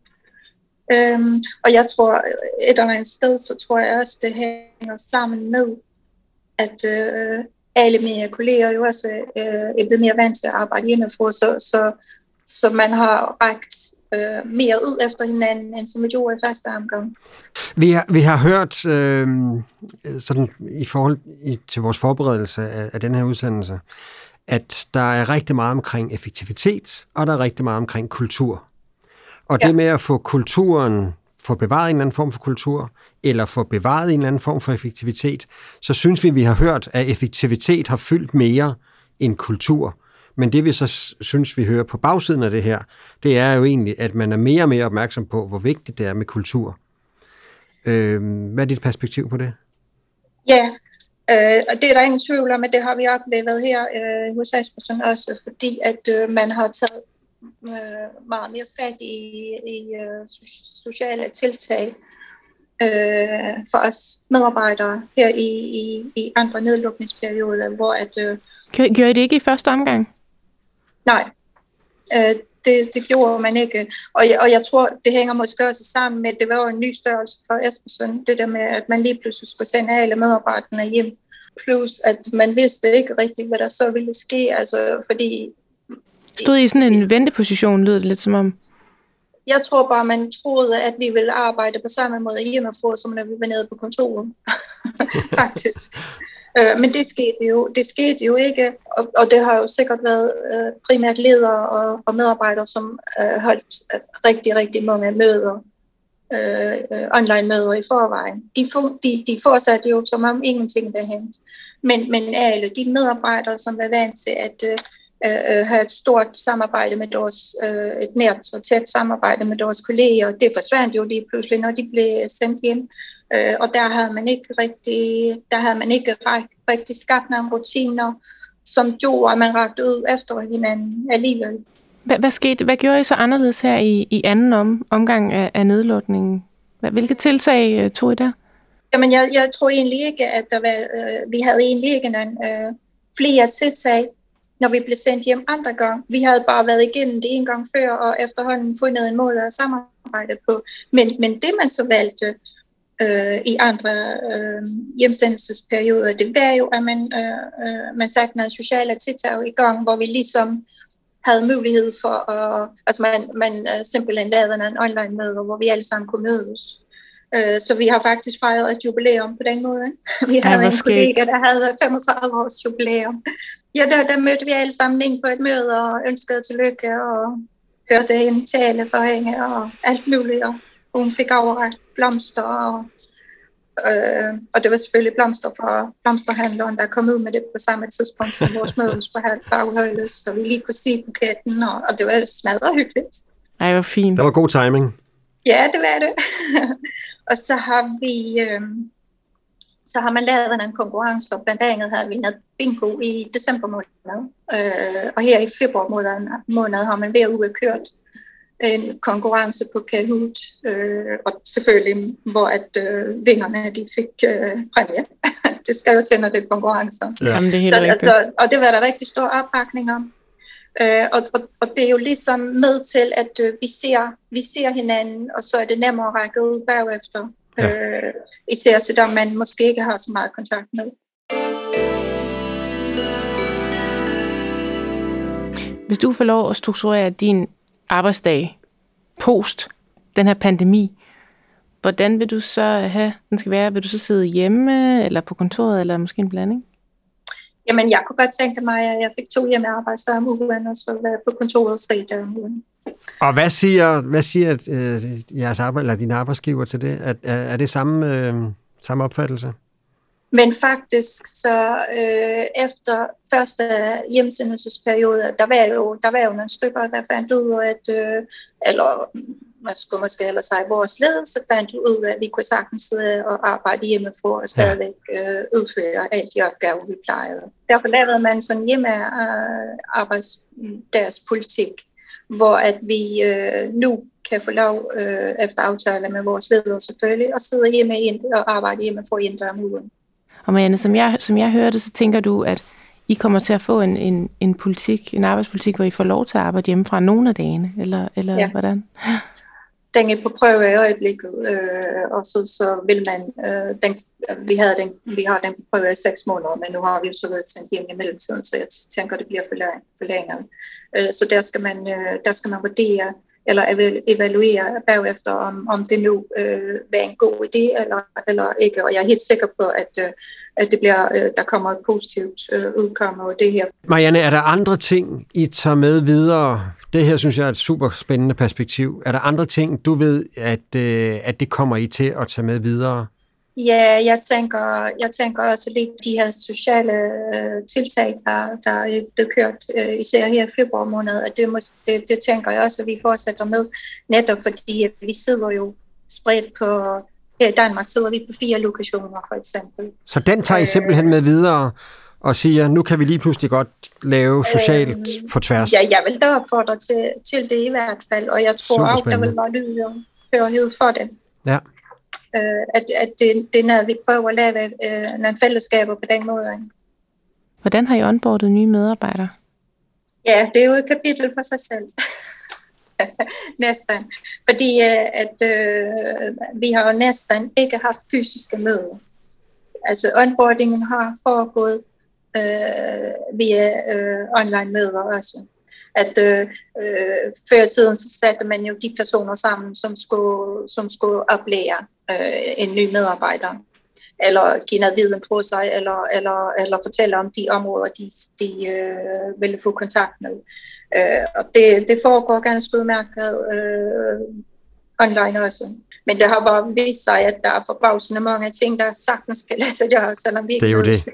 Øhm, og jeg tror, et eller andet sted, så tror jeg også, det hænger sammen med, at øh, alle mine kolleger jo også øh, er blevet mere vant til at arbejde hjemmefra, så, så, så man har rækt øh, mere ud efter hinanden, end som vi gjorde i første omgang. Vi har, vi har hørt, øh, sådan i forhold i, til vores forberedelse af, af den her udsendelse, at der er rigtig meget omkring effektivitet, og der er rigtig meget omkring kultur. Og ja. Det med at få kulturen, få bevaret en eller anden form for kultur, eller få bevaret en eller anden form for effektivitet, så synes vi, vi har hørt, at effektivitet har fyldt mere end kultur. Men det vi så synes, vi hører på bagsiden af det her, det er jo egentlig, at man er mere og mere opmærksom på, hvor vigtigt det er med kultur. Øh, hvad er dit perspektiv på det? Ja, øh, og det er der ingen tvivl om, at det har vi oplevet her øh, hos Aspersen også, fordi at øh, man har taget meget mere fat i, i uh, sociale tiltag uh, for os medarbejdere her i, i, i andre nedlukningsperioder, hvor at... Uh, Gjorde I det ikke i første omgang? Nej, uh, det, det gjorde man ikke. Og jeg, og jeg tror, det hænger måske også sammen med, at det var jo en ny størrelse for Aspersen, det der med, at man lige pludselig skulle sende alle medarbejderne hjem. Plus, at man vidste ikke rigtigt, hvad der så ville ske, altså fordi... Stod I i sådan en venteposition, lød det lidt som om? Jeg tror bare, man troede, at vi ville arbejde på samme måde hjemmefra, som når vi var nede på kontoret. Faktisk. Men det skete jo, det skete jo ikke, og, og det har jo sikkert været primært ledere og, og medarbejdere, som uh, holdt rigtig, rigtig mange møder, uh, online møder i forvejen. De, for, de, de fortsatte jo, som om ingenting var hændt. Men, men alle de medarbejdere, som var vant til at uh, Uh, have et stort samarbejde med deres, uh, et nært og tæt samarbejde med deres kolleger. Det forsvandt jo lige pludselig, når de blev sendt hjem. Uh, og der havde man ikke rigtig, der havde man ikke rigtig skabt nogle rutiner, som gjorde, at man rakte ud efter hinanden alligevel. Hvad, hvad skete? Hvad gjorde I så anderledes her i, i anden om, omgang af, af nedlukningen? Hvilke tiltag uh, tog I der? Jamen, jeg, jeg tror egentlig ikke, at der var, uh, vi havde egentlig ikke en, uh, flere tiltag, når vi blev sendt hjem andre gange. Vi havde bare været igennem det en gang før, og efterhånden fundet en måde at samarbejde på. Men, men det, man så valgte øh, i andre øh, hjemsendelsesperioder, det var jo, at man, øh, man satte nogle sociale tiltag i gang, hvor vi ligesom havde mulighed for at... Altså, man, man uh, simpelthen lavede en online møde, hvor vi alle sammen kunne mødes. Uh, så vi har faktisk fejret et jubilæum på den måde. Vi havde ja, en kollega, der havde femogtredive års jubilæum. Ja, der, der mødte vi alle sammen ind på et møde og ønskede tillykke og hørte hende tale for hende og alt muligt, og hun fik overrakt blomster, og, øh, og det var selvfølgelig blomster fra blomsterhandleren, der kom ud med det på samme tidspunkt som vores møde på bagholdet, så vi lige kunne se buketten, og, og det var smadret hyggeligt. Ej, hvor fint. Der var god timing. Ja, det var det. Og så har vi... Øh, så har man lavet en konkurrence, og blandt andet havde vi noget bingo i december måned. Øh, og her i februar måned, måned har man hver uge kørt en konkurrence på Kahoot, øh, og selvfølgelig, hvor at øh, vingerne de fik øh, præmie. Det skal jo til, når det er konkurrencer. Ja. Jamen, det er helt så, rigtigt. altså, og det var der rigtig stor opbakning om. Øh, og, og, og det er jo ligesom med til, at øh, vi, ser, vi ser hinanden, og så er det nemmere at række ud bagefter. Ja. Øh, især til dem, man måske ikke har så meget kontakt med. Hvis du får lov at strukturere din arbejdsdag post den her pandemi, hvordan vil du så have den skal være? Vil du så sidde hjemme, eller på kontoret, eller måske en blanding? Jamen, jeg kunne godt tænke mig, at jeg fik to hjemmearbejdsdage om ugen, og så være på kontoret tre dage om ugen. Og hvad siger, hvad siger øh, jeres arbejde, eller dine arbejdsgiver til det? Er, er, er det samme, øh, samme opfattelse? Men faktisk, så øh, efter første hjemsendelsesperiode, der var jo, der var jo nogle stykker, der fandt ud af, at, øh, eller man skulle måske heller sige, vores ledelse fandt ud af, at vi kunne sagtens sidde og arbejde hjemmefra og stadigvæk øh, udføre alle de opgaver, vi plejede. Derfor lavede man sådan hjemmearbejdsdagspolitik, hvor at vi øh, nu kan få lov, øh, efter aftale med vores ledere selvfølgelig, at sidde hjemme og arbejde hjemme for en dag om ugen. Og Marianne, som jeg, som jeg hørte, så tænker du, at I kommer til at få en, en, en politik, en arbejdspolitik, hvor I får lov til at arbejde hjemmefra nogle af dagene, eller, eller ja. Hvordan? Den er på prøve i øjeblikket, øh, og så, så vil man, øh, den, vi, havde den, vi har den på prøve i seks måneder, men nu har vi jo så været sendt hjem i mellemtiden, så jeg tænker, det bliver forlænget. Øh, så der skal man, øh, der skal man vurdere, eller evaluere bagefter, om, om det nu øh, var en god idé eller, eller ikke. Og jeg er helt sikker på, at, øh, at det bliver, øh, der kommer et positivt øh, udkomme af det her. Marianne, er der andre ting, I tager med videre? Det her synes jeg er et super spændende perspektiv. Er der andre ting, du ved, at, øh, at det kommer I til at tage med videre? Ja, jeg tænker, jeg tænker også lidt de her sociale øh, tiltag, der, der er blevet kørt, øh, især her i februar måned, at det, måske, det, det tænker jeg også, at vi fortsætter med, netop fordi vi sidder jo spredt på, her i Danmark sidder vi på fire lokationer for eksempel. Så den tager I simpelthen med videre og siger, nu kan vi lige pludselig godt lave socialt øh, på tværs? Ja, jeg vil da opfordre til, til det i hvert fald, og jeg tror også, der vil være lydhørighed for det. Ja. At, at det, det er noget, vi prøver at lave øh, nogle fællesskaber på den måde. Hvordan har I onboardet nye medarbejdere? Ja, det er jo et kapitel for sig selv. Næsten. Fordi øh, at øh, vi har jo næsten ikke haft fysiske møder. Altså onboardingen har foregået øh, via øh, online møder også. At øh, øh, før i tiden så satte man jo de personer sammen, som skulle, som skulle oplære øh, en ny medarbejder, eller give noget viden på sig, eller, eller, eller fortælle om de områder, de, de øh, ville få kontakt med. Øh, og det, det foregår ganske udmærket øh, online også. Men det har bare vist sig, at der er forbavsende mange ting, der sagtens skal lade sig gøre, selvom vi ikke... Det er jo det.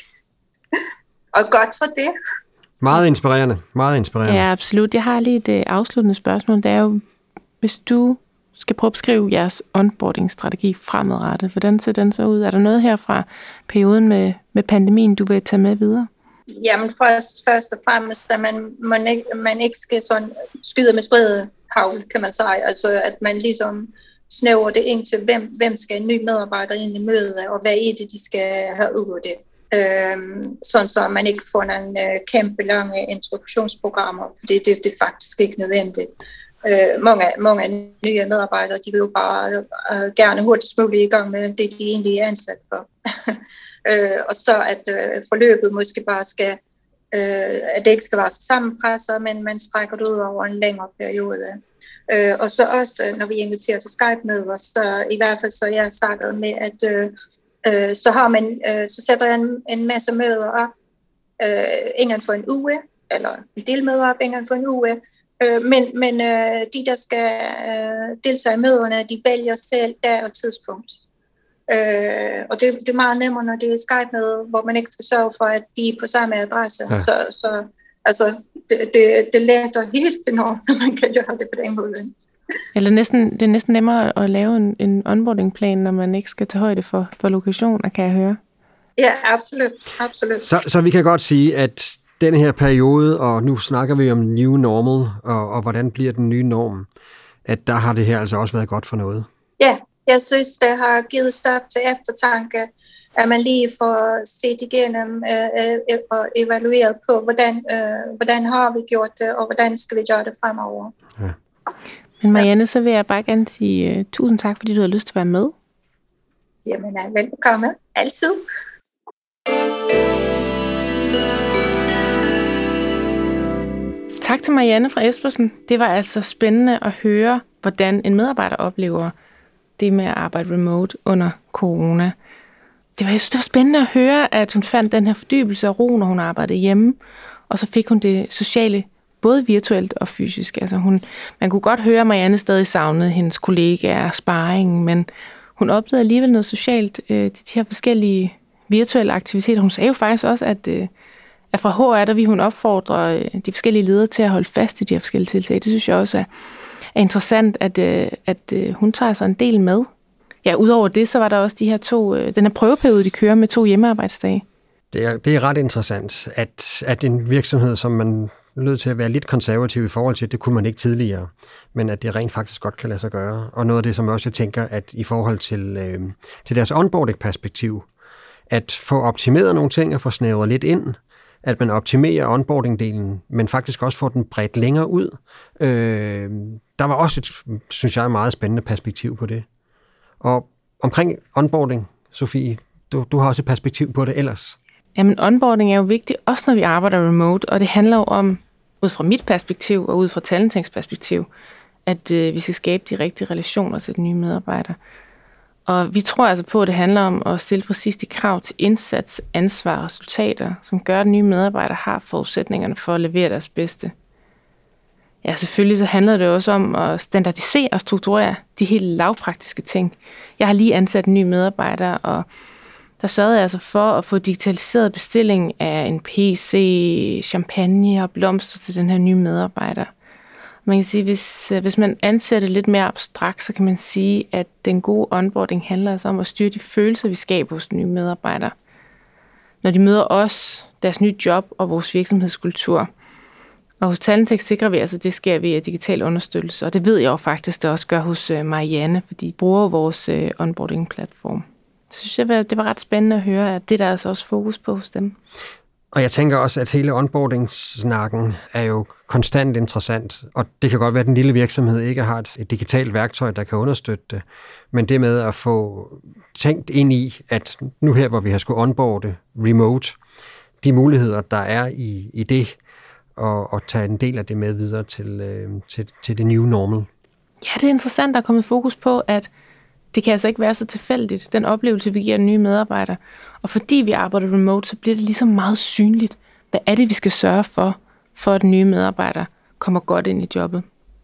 Og godt for det. Meget inspirerende, meget inspirerende. Ja, absolut. Jeg har lige et øh, afsluttende spørgsmål. Det er jo, hvis du skal prøve at beskrive jeres onboarding-strategi fremadrettet, hvordan ser den så ud? Er der noget her fra perioden med, med pandemien, du vil tage med videre? Jamen først, først og fremmest, at man, man, ikke, man ikke skal sådan skyde med spredehavl, kan man sige. Altså at man ligesom snæver det ind til, hvem, hvem skal en ny medarbejder ind i mødet, og hvad er det, de skal have ud af det. Øhm, sådan så man ikke får nogle øh, kæmpe lange introduktionsprogrammer, for det, det, det er faktisk ikke nødvendigt. Øh, mange, mange nye medarbejdere, de vil jo bare øh, gerne hurtigst muligt i gang med det, de egentlig er ansat for. øh, og så at øh, forløbet måske bare skal, øh, at det ikke skal være så sammenpresset, men man strækker det ud over en længere periode. Øh, og så også, når vi inviterer til Skype-møder, så i hvert fald så jeg har startet med, at øh, Øh, så har man, øh, så sætter jeg en, en masse møder op, øh, inden for en uge, eller en del møder op inden for en uge, Øh, men men øh, de, der skal øh, deltage i møderne, de vælger selv dag og tidspunkt. Øh, og det, det er meget nemmere, når det er Skype-møde, hvor man ikke skal sørge for, at de er på samme adresse. Ja. Så, så altså, det, det, det letter helt enormt, når man kan gøre det på den måde. Eller næsten, det er næsten nemmere at lave en, en onboarding-plan, når man ikke skal tage højde for, for lokationer, kan jeg høre. Ja, absolut. absolut. Så, så vi kan godt sige, at den her periode, og nu snakker vi om new normal, og, og hvordan bliver den nye norm, at der har det her altså også været godt for noget. Ja, jeg synes, det har givet stof til eftertanke, at man lige får set igennem øh, øh, og evalueret på, hvordan, øh, hvordan har vi gjort det, og hvordan skal vi gøre det fremover. Ja. Men Marianne, så vil jeg bare gerne sige uh, tusind tak, fordi du har lyst til at være med. Jamen, velbekomme. Altid. Tak til Marianne fra Espersen. Det var altså spændende at høre, hvordan en medarbejder oplever det med at arbejde remote under corona. Det var, jeg synes, det var spændende at høre, at hun fandt den her fordybelse og ro, når hun arbejdede hjemme, og så fik hun det sociale både virtuelt og fysisk. Altså hun, man kunne godt høre, at Marianne stadig savnede hendes kollegaer og sparringen, men hun oplevede alligevel noget socialt øh, de her forskellige virtuelle aktiviteter. Hun sagde jo faktisk også, at, øh, at fra H R, der vil hun opfordre øh, de forskellige ledere til at holde fast i de her forskellige tiltag. Det synes jeg også er, er interessant, at, øh, at øh, hun tager sig en del med. Ja, udover det, så var der også de her to, øh, den her prøveperiode, de kører med to hjemmearbejdsdage. Det er, det er ret interessant, at, at en virksomhed, som man er nødt til at være lidt konservativ i forhold til, det kunne man ikke tidligere, men at det rent faktisk godt kan lade sig gøre. Og noget af det, som jeg også tænker, at i forhold til, øh, til deres onboarding-perspektiv, at få optimeret nogle ting og få snævret lidt ind, at man optimerer onboarding-delen, men faktisk også får den bredt længere ud. Øh, der var også et, synes jeg, meget spændende perspektiv på det. Og omkring onboarding, Sofie, du, du har også et perspektiv på det ellers. Jamen, onboarding er jo vigtigt, også når vi arbejder remote, og det handler jo om, ud fra mit perspektiv og ud fra Talentings perspektiv, at øh, vi skal skabe de rigtige relationer til de nye medarbejdere. Og vi tror altså på, at det handler om at stille præcis de krav til indsats, ansvar og resultater, som gør, at nye medarbejdere har forudsætningerne for at levere deres bedste. Ja, selvfølgelig så handler det også om at standardisere og strukturere de helt lavpraktiske ting. Jeg har lige ansat en ny medarbejder, og der sørgede jeg altså for at få digitaliseret bestilling af en P C, champagne og blomster til den her nye medarbejder. Man kan sige, hvis, hvis man anser det lidt mere abstrakt, så kan man sige, at den gode onboarding handler altså om at styre de følelser, vi skaber hos nye medarbejdere. Når de møder os, deres nye job og vores virksomhedskultur. Og hos Talentix sikrer vi altså, at det sker ved digital understøttelse, og det ved jeg jo faktisk, det også gør hos Marianne, fordi de bruger vores onboarding-platform. Så synes jeg, det var ret spændende at høre, at det der er altså også fokus på hos dem. Og jeg tænker også, at hele onboarding-snakken er jo konstant interessant, og det kan godt være, at den lille virksomhed ikke har et, et digitalt værktøj, der kan understøtte det, men det med at få tænkt ind i, at nu her, hvor vi har skulle onboarde remote, de muligheder, der er i, i det, og, og tage en del af det med videre til, øh, til, til det new normal. Ja, det er interessant, der er kommet fokus på, at det kan altså ikke være så tilfældigt, den oplevelse, vi giver nye medarbejdere. Og fordi vi arbejder remote, så bliver det ligesom meget synligt. Hvad er det, vi skal sørge for, for at nye medarbejdere kommer godt ind i jobbet?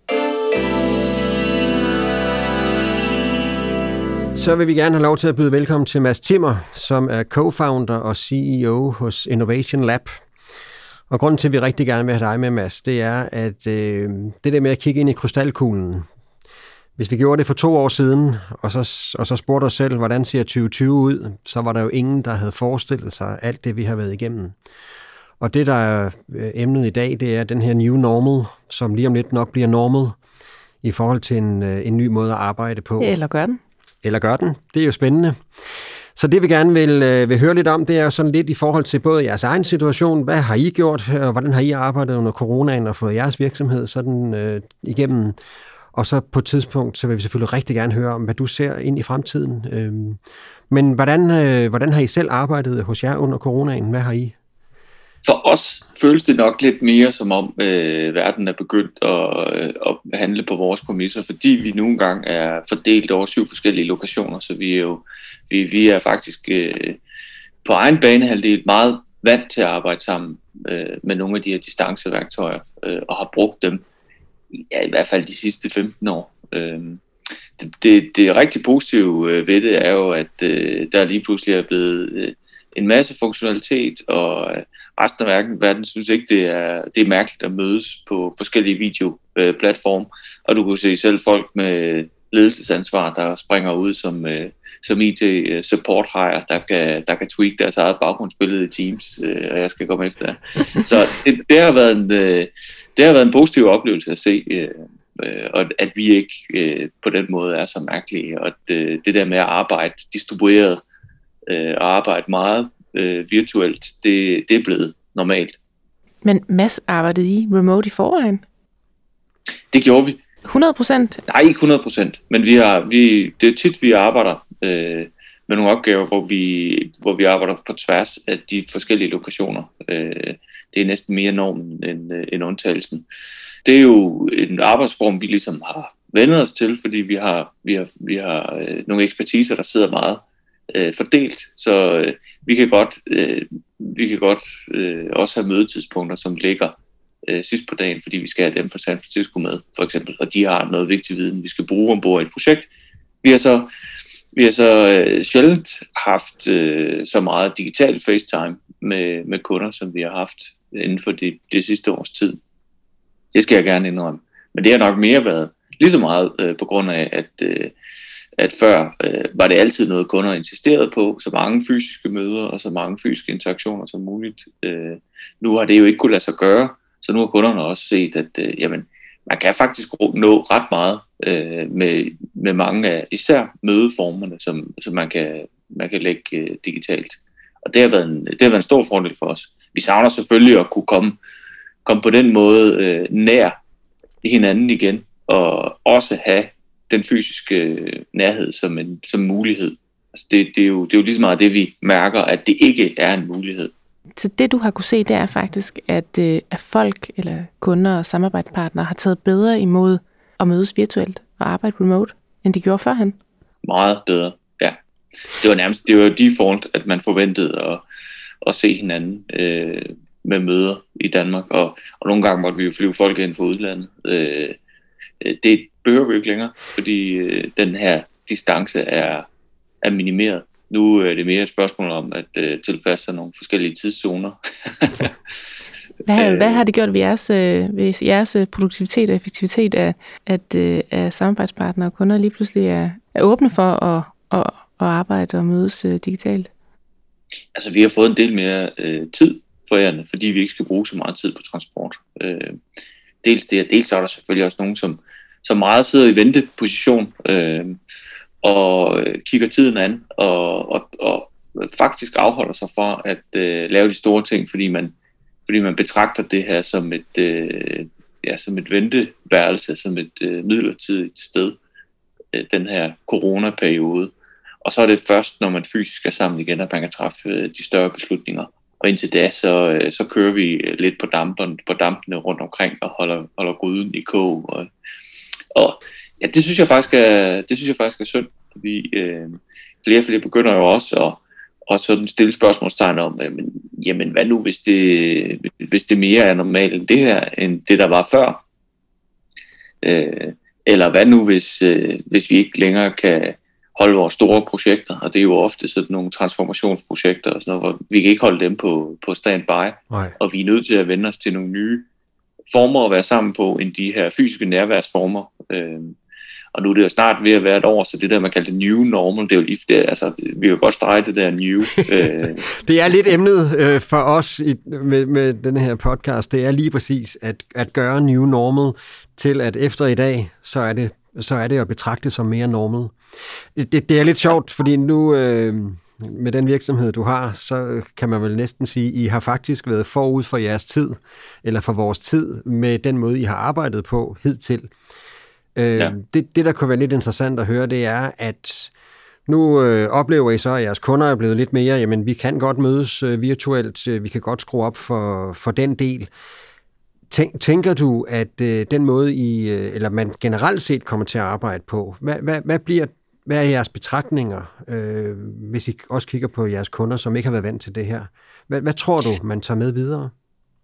Så vil vi gerne have lov til at byde velkommen til Mads Timmer, som er co-founder og C E O hos Innovation Lab. Og grunden til, at vi rigtig gerne vil have dig med, Mads, det er, at øh, det der med at kigge ind i krystalkuglen, hvis vi gjorde det for to år siden, og så, og så spurgte os selv, hvordan ser tyve tyve ud, så var der jo ingen, der havde forestillet sig alt det, vi har været igennem. Og det, der er emnet i dag, det er den her new normal, som lige om lidt nok bliver normal i forhold til en, en ny måde at arbejde på. Eller gør den. Eller gør den. Det er jo spændende. Så det, vi gerne vil, vil høre lidt om, det er sådan lidt i forhold til både jeres egen situation. Hvad har I gjort, og hvordan har I arbejdet under coronaen og fået jeres virksomhed sådan øh, igennem? Og så på et tidspunkt, så vil vi selvfølgelig rigtig gerne høre om, hvad du ser ind i fremtiden. Øhm, men hvordan, øh, hvordan har I selv arbejdet hos jer under coronaen? Hvad har I? For os føles det nok lidt mere som om, øh, verden er begyndt at, øh, at handle på vores præmisser, fordi vi nogle gange er fordelt over syv forskellige lokationer, så vi er jo vi, vi er faktisk øh, på egen banehalvdel meget vant til at arbejde sammen øh, med nogle af de her distanceværktøjer, øh, og har brugt dem ja, i hvert fald de sidste femten år. Øh, det, det, det rigtig positive ved det er jo, at øh, der lige pludselig er blevet øh, en masse funktionalitet, og øh, resten af verden, verden synes ikke, det er, det er mærkeligt at mødes på forskellige videoplatforme, og du kan se selv folk med ledelsesansvar, der springer ud som, øh, som I T-support-hire, der kan, der kan tweak deres eget baggrundsbillede i Teams, øh, og jeg skal komme efter. Så det, det, har været en, øh, det har været en positiv oplevelse at se, øh, øh, og at vi ikke øh, på den måde er så mærkelige, og at, øh, det der med at arbejde distribueret øh, og arbejde meget øh, virtuelt, det, det er blevet normalt. Men Mads, arbejdede I remote i forvejen? Det gjorde vi. hundrede procent? Nej, ikke hundrede procent, men vi har, vi, det er tit, vi arbejder øh, med nogle opgaver, hvor vi, hvor vi arbejder på tværs af de forskellige lokationer. Øh, det er næsten mere normen end, øh, end undtagelsen. Det er jo en arbejdsform, vi ligesom har vendet os til, fordi vi har, vi har, vi har øh, nogle ekspertiser, der sidder meget øh, fordelt, så øh, vi kan godt, øh, vi kan godt øh, også have mødetidspunkter, som ligger øh, sidst på dagen, fordi vi skal have dem fra San Francisco med, for eksempel, og de har noget vigtig viden, vi skal bruge ombord i et projekt. Vi har så, vi har så øh, sjældent haft øh, så meget digital FaceTime med, med kunder, som vi har haft inden for det, det sidste års tid. Det skal jeg gerne indrømme. Men det har nok mere været lige så meget øh, på grund af, at, øh, at før øh, var det altid noget, kunder insisterede på, så mange fysiske møder og så mange fysiske interaktioner som muligt. Øh, nu har det jo ikke kunnet lade sig gøre, så nu har kunderne også set, at øh, jamen, man kan faktisk nå ret meget øh, med, med mange af især mødeformerne, som, som man, kan, man kan lægge øh, digitalt. Og det har, været en, det har været en stor fordel for os. Vi savner selvfølgelig at kunne komme, komme på den måde øh, nær hinanden igen, og også have den fysiske nærhed som en som mulighed. Altså det, det, er jo, det er jo lige så meget det, vi mærker, at det ikke er en mulighed. Så det, du har kunne se, det er faktisk, at, øh, at folk eller kunder og samarbejdspartnere har taget bedre imod at mødes virtuelt og arbejde remote, end de gjorde førhen? Meget bedre, ja. Det var nærmest det var default, at man forventede at, at se hinanden øh, med møder i Danmark, og, og nogle gange måtte vi jo flyve folk ind fra udlandet. Øh, det behøver vi ikke længere, fordi øh, den her distance er, er minimeret. Nu er det mere et spørgsmål om at øh, tilpasse sig nogle forskellige tidszoner. hvad, hvad har det gjort ved jeres, ved jeres produktivitet og effektivitet, af, at, at samarbejdspartnere og kunder lige pludselig er, er åbne for at, at, at arbejde og mødes digitalt? Altså, vi har fået en del mere øh, tid for jer, fordi vi ikke skal bruge så meget tid på transport. Øh, dels det, og dels er der selvfølgelig også nogen, som, som meget sidder i venteposition, øh, og kigger tiden an, og, og, og faktisk afholder sig for at øh, lave de store ting, fordi man, fordi man betragter det her som et, øh, ja, som et venteværelse, som et øh, midlertidigt sted, øh, den her coronaperiode. Og så er det først, når man fysisk er sammen igen, at man kan træffe øh, de større beslutninger. Og indtil da, så, øh, så kører vi lidt på damperne, på dampene rundt omkring og holder, holder gryden i kog. Og, og ja, det synes jeg faktisk er, det synes jeg faktisk er synd, fordi øh, flere og flere begynder jo også at og sådan stille spørgsmålstegn om, jamen, jamen hvad nu, hvis det, hvis det mere er normalt end det her, end det der var før? Øh, eller hvad nu, hvis, øh, hvis vi ikke længere kan holde vores store projekter, og det er jo ofte sådan nogle transformationsprojekter og sådan noget, hvor vi kan ikke holde dem på, på standby, Nej. Og vi er nødt til at vende os til nogle nye former at være sammen på, end de her fysiske nærværsformer. Øh, Og nu er det jo snart ved at være et år, så det der, man kalder det new normal, det er jo lige, det, altså, vi kan jo godt strege det der new. Øh. Det er lidt emnet øh, for os i, med, med den her podcast, det er lige præcis at, at gøre new normal til, at efter i dag, så er det, så er det at betragte som mere normal. Det, det er lidt sjovt, fordi nu øh, med den virksomhed, du har, så kan man vel næsten sige, I har faktisk været forud for jeres tid, eller for vores tid, med den måde, I har arbejdet på hidtil. Ja. Det, det, der kunne være lidt interessant at høre, det er, at nu øh, oplever I så, at jeres kunder er blevet lidt mere, jamen vi kan godt mødes øh, virtuelt, øh, vi kan godt skrue op for, for den del. Tænk, tænker du, at øh, den måde, I, øh, eller man generelt set kommer til at arbejde på, hvad, hvad, hvad, bliver, hvad er jeres betragtninger, øh, hvis I også kigger på jeres kunder, som ikke har været vant til det her? Hvad, hvad tror du, man tager med videre?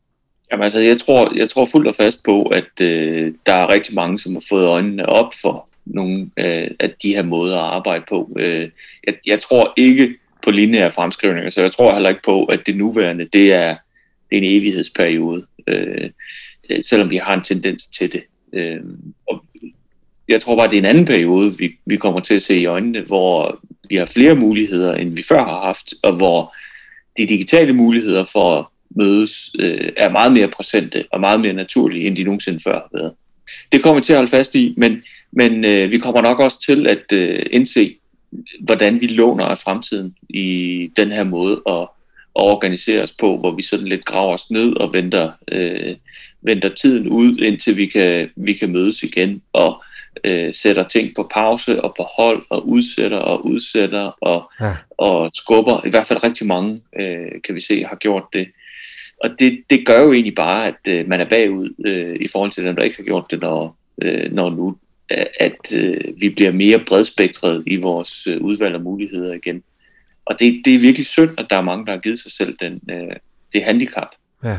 Jamen altså, jeg tror, jeg tror fuldt og fast på, at øh, der er rigtig mange, som har fået øjnene op for nogle øh, af de her måder at arbejde på. Øh, jeg, jeg tror ikke på lineære fremskrivninger, så jeg tror heller ikke på, at det nuværende, det er en evighedsperiode, øh, selvom vi har en tendens til det. Øh, og jeg tror bare, det er en anden periode, vi, vi kommer til at se i øjnene, hvor vi har flere muligheder, end vi før har haft, og hvor de digitale muligheder for at mødes øh, er meget mere præsente og meget mere naturlige, end de nogensinde før har været. Det kommer vi til at holde fast i, men, men øh, vi kommer nok også til at øh, indse, hvordan vi låner af fremtiden i den her måde at, at organisere os på, hvor vi sådan lidt graver os ned og venter, øh, venter tiden ud, indtil vi kan, vi kan mødes igen og øh, sætter ting på pause og på hold og udsætter og udsætter og, ja. og skubber. I hvert fald rigtig mange, øh, kan vi se, har gjort det. Og det, det gør jo egentlig bare, at øh, man er bagud øh, i forhold til dem, der ikke har gjort det, når, øh, når nu at øh, vi bliver mere bredspektret i vores øh, udvalg af muligheder igen. Og det, det er virkelig synd, at der er mange, der har givet sig selv den, øh, det handicap. Ja.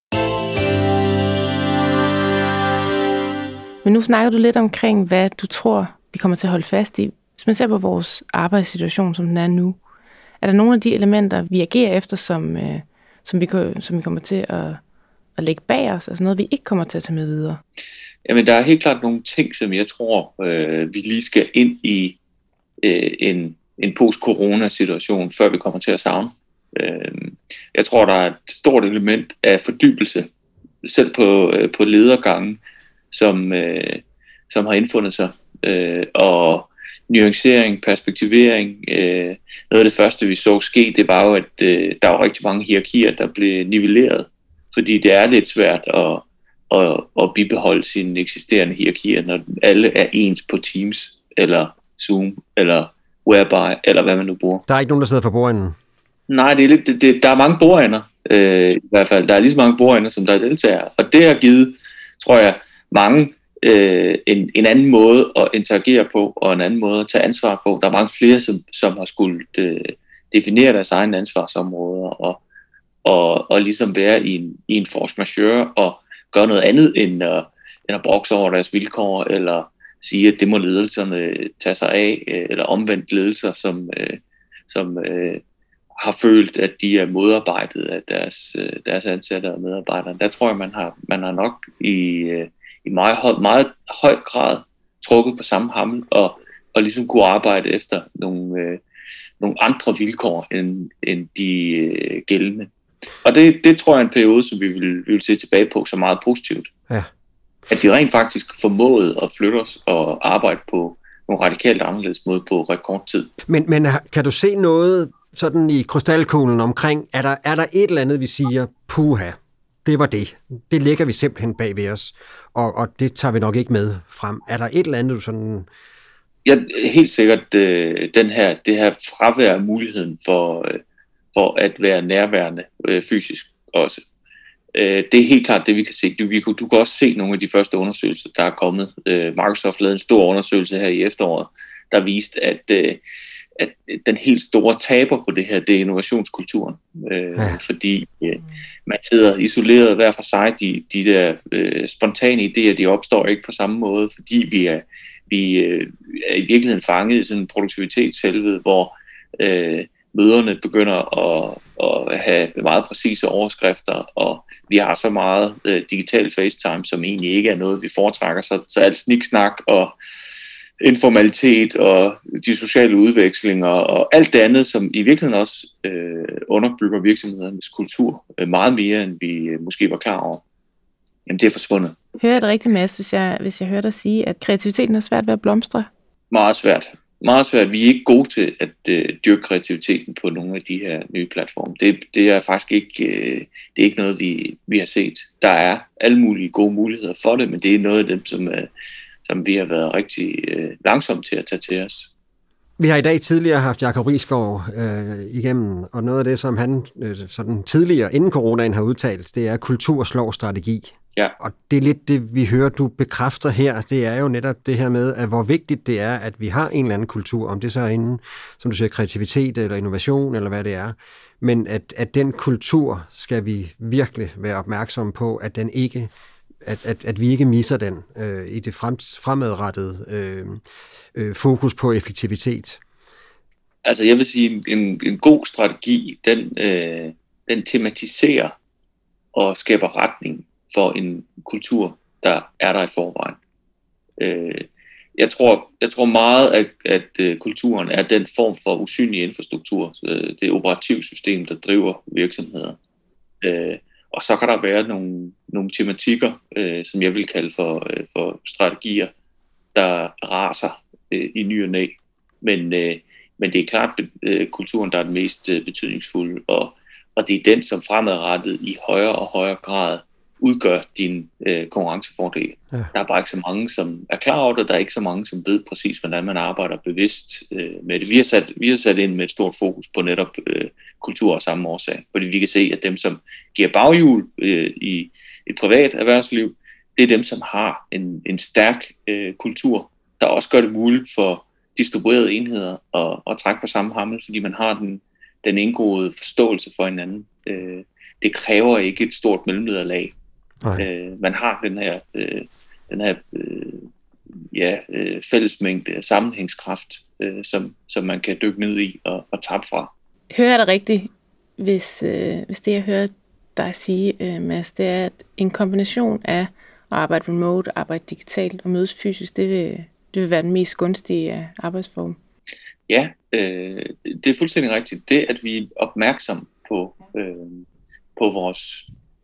Men nu snakker du lidt omkring, hvad du tror, vi kommer til at holde fast i. Hvis man ser på vores arbejdssituation, som den er nu, er der nogle af de elementer, vi agerer efter, som, øh, som, vi, som vi kommer til at, at lægge bag os? Altså noget, vi ikke kommer til at tage med videre? Jamen, der er helt klart nogle ting, som jeg tror, øh, vi lige skal ind i øh, en, en post-corona-situation, før vi kommer til at savne. Øh, jeg tror, der er et stort element af fordybelse, selv på, øh, på ledergangen, som, øh, som har indfundet sig. Øh, og nuancering, perspektivering. Øh, noget af det første, vi så ske, det var jo, at øh, der var rigtig mange hierarkier, der blev nivelleret. Fordi det er lidt svært at Og, og bibeholde sine eksisterende hierarkier, når alle er ens på Teams, eller Zoom, eller Whereby, eller hvad man nu bruger. Der er ikke nogen, der sidder for bordenden? Nej, det er lidt, det, det, der er mange bordender, øh, i hvert fald. Der er lige så mange bordender, som der er deltagere. Og det har givet, tror jeg, mange øh, en, en anden måde at interagere på, og en anden måde at tage ansvar på. Der er mange flere, som, som har skulle øh, definere deres egne ansvarsområder, og, og, og ligesom være i en, i en force majeure, og gøre noget andet, end at, end at brokse over deres vilkår, eller sige, at det må ledelserne tage sig af, eller omvendt ledelser, som, som øh, har følt, at de er modarbejdet af deres, deres ansatte og medarbejdere. Der tror jeg, man har, man har nok i, i meget, høj, meget høj grad trukket på samme hammel, og, og ligesom kunne arbejde efter nogle, øh, nogle andre vilkår, end, end de øh, gældende. Og det, det tror jeg er en periode, som vi vil, vi vil se tilbage på som meget positivt. Ja. At vi rent faktisk formåede at flytte os og arbejde på nogle radikalt anderledes måde på rekordtid. Men, men kan du se noget sådan i krystalkuglen omkring, er der, er der et eller andet, vi siger, puha, det var det. Det lægger vi simpelthen bag ved os, og, og det tager vi nok ikke med frem. Er der et eller andet, du sådan... Ja, helt sikkert øh, den her, det her fravær af muligheden for... Øh, for at være nærværende øh, fysisk også. Øh, det er helt klart det, vi kan se. Du, vi, du kan også se nogle af de første undersøgelser, der er kommet. Øh, Microsoft lavede en stor undersøgelse her i efteråret, der viste, at, øh, at den helt store taber på det her, det er innovationskulturen. Øh, ja. Fordi øh, man sidder isoleret hver for sig. De, de der øh, spontane idéer, de opstår ikke på samme måde, fordi vi er, vi, øh, er i virkeligheden fanget i sådan en produktivitetshelvede, hvor øh, møderne begynder at, at have meget præcise overskrifter, og vi har så meget øh, digital FaceTime, som egentlig ikke er noget, vi foretrækker. Så, så alt sniksnak og informalitet og de sociale udvekslinger og alt det andet, som i virkeligheden også øh, underbygger virksomhedernes kultur øh, meget mere, end vi øh, måske var klar over. Jamen, det er forsvundet. Hører jeg det rigtigt, Mads, hvis jeg, hvis jeg hører dig sige, at kreativiteten er svært ved at blomstre? Meget svært. Meget svært. Vi er ikke gode til at øh, dyrke kreativiteten på nogle af de her nye platforme. Det, det er faktisk ikke, øh, det er ikke noget, vi, vi har set. Der er alle mulige gode muligheder for det, men det er noget af dem, som, øh, som vi har været rigtig øh, langsomme til at tage til os. Vi har i dag tidligere haft Jacob Risgaard øh, igennem, og noget af det, som han øh, sådan tidligere inden coronaen har udtalt, det er kultur slår strategi. Ja. Og det er lidt det, vi hører, du bekræfter her, det er jo netop det her med, at hvor vigtigt det er, at vi har en eller anden kultur, om det så er inden, som du siger, kreativitet eller innovation, eller hvad det er, men at, at den kultur skal vi virkelig være opmærksomme på, at den ikke, at, at, at vi ikke misser den øh, i det frem, fremadrettede øh, øh, fokus på effektivitet. Altså jeg vil sige, en, en god strategi, den, øh, den tematiserer og skaber retning for en kultur, der er der i forvejen. Øh, jeg, tror, jeg tror meget, at, at, at kulturen er den form for usynlig infrastruktur, øh, det operativsystem, der driver virksomheder. Øh, og så kan der være nogle, nogle tematikker, øh, som jeg vil kalde for, øh, for strategier, der raser øh, i ny og næ. Men, øh, men det er klart øh, kulturen, der er den mest øh, betydningsfulde, og, og det er den, som fremadrettet i højere og højere grad udgør din øh, konkurrencefordel. Ja. Der er bare ikke så mange, som er klar over det, der er ikke så mange, som ved præcis, hvordan man arbejder bevidst øh, med det. Vi har, sat, vi har sat ind med et stort fokus på netop øh, kultur og samme årsag, fordi vi kan se, at dem, som giver baghjul øh, i et privat erhvervsliv, det er dem, som har en, en stærk øh, kultur, der også gør det muligt for distribuerede enheder at, at trække på samme hammel, fordi man har den, den indgåede forståelse for hinanden. Øh, det kræver ikke et stort mellemlederlag. Øh, man har den her, øh, den her øh, ja, øh, fællesmængde sammenhængskraft, øh, som, som man kan dykke ned i og, og tabe fra. Hører jeg det rigtigt, hvis, øh, hvis det jeg hører dig sige, øh, Mads, det er, at en kombination af at arbejde remote, arbejde digitalt og mødes fysisk, det vil, det vil være den mest gunstige arbejdsform? Ja, øh, det er fuldstændig rigtigt. Det, at vi er opmærksom på, øh, på vores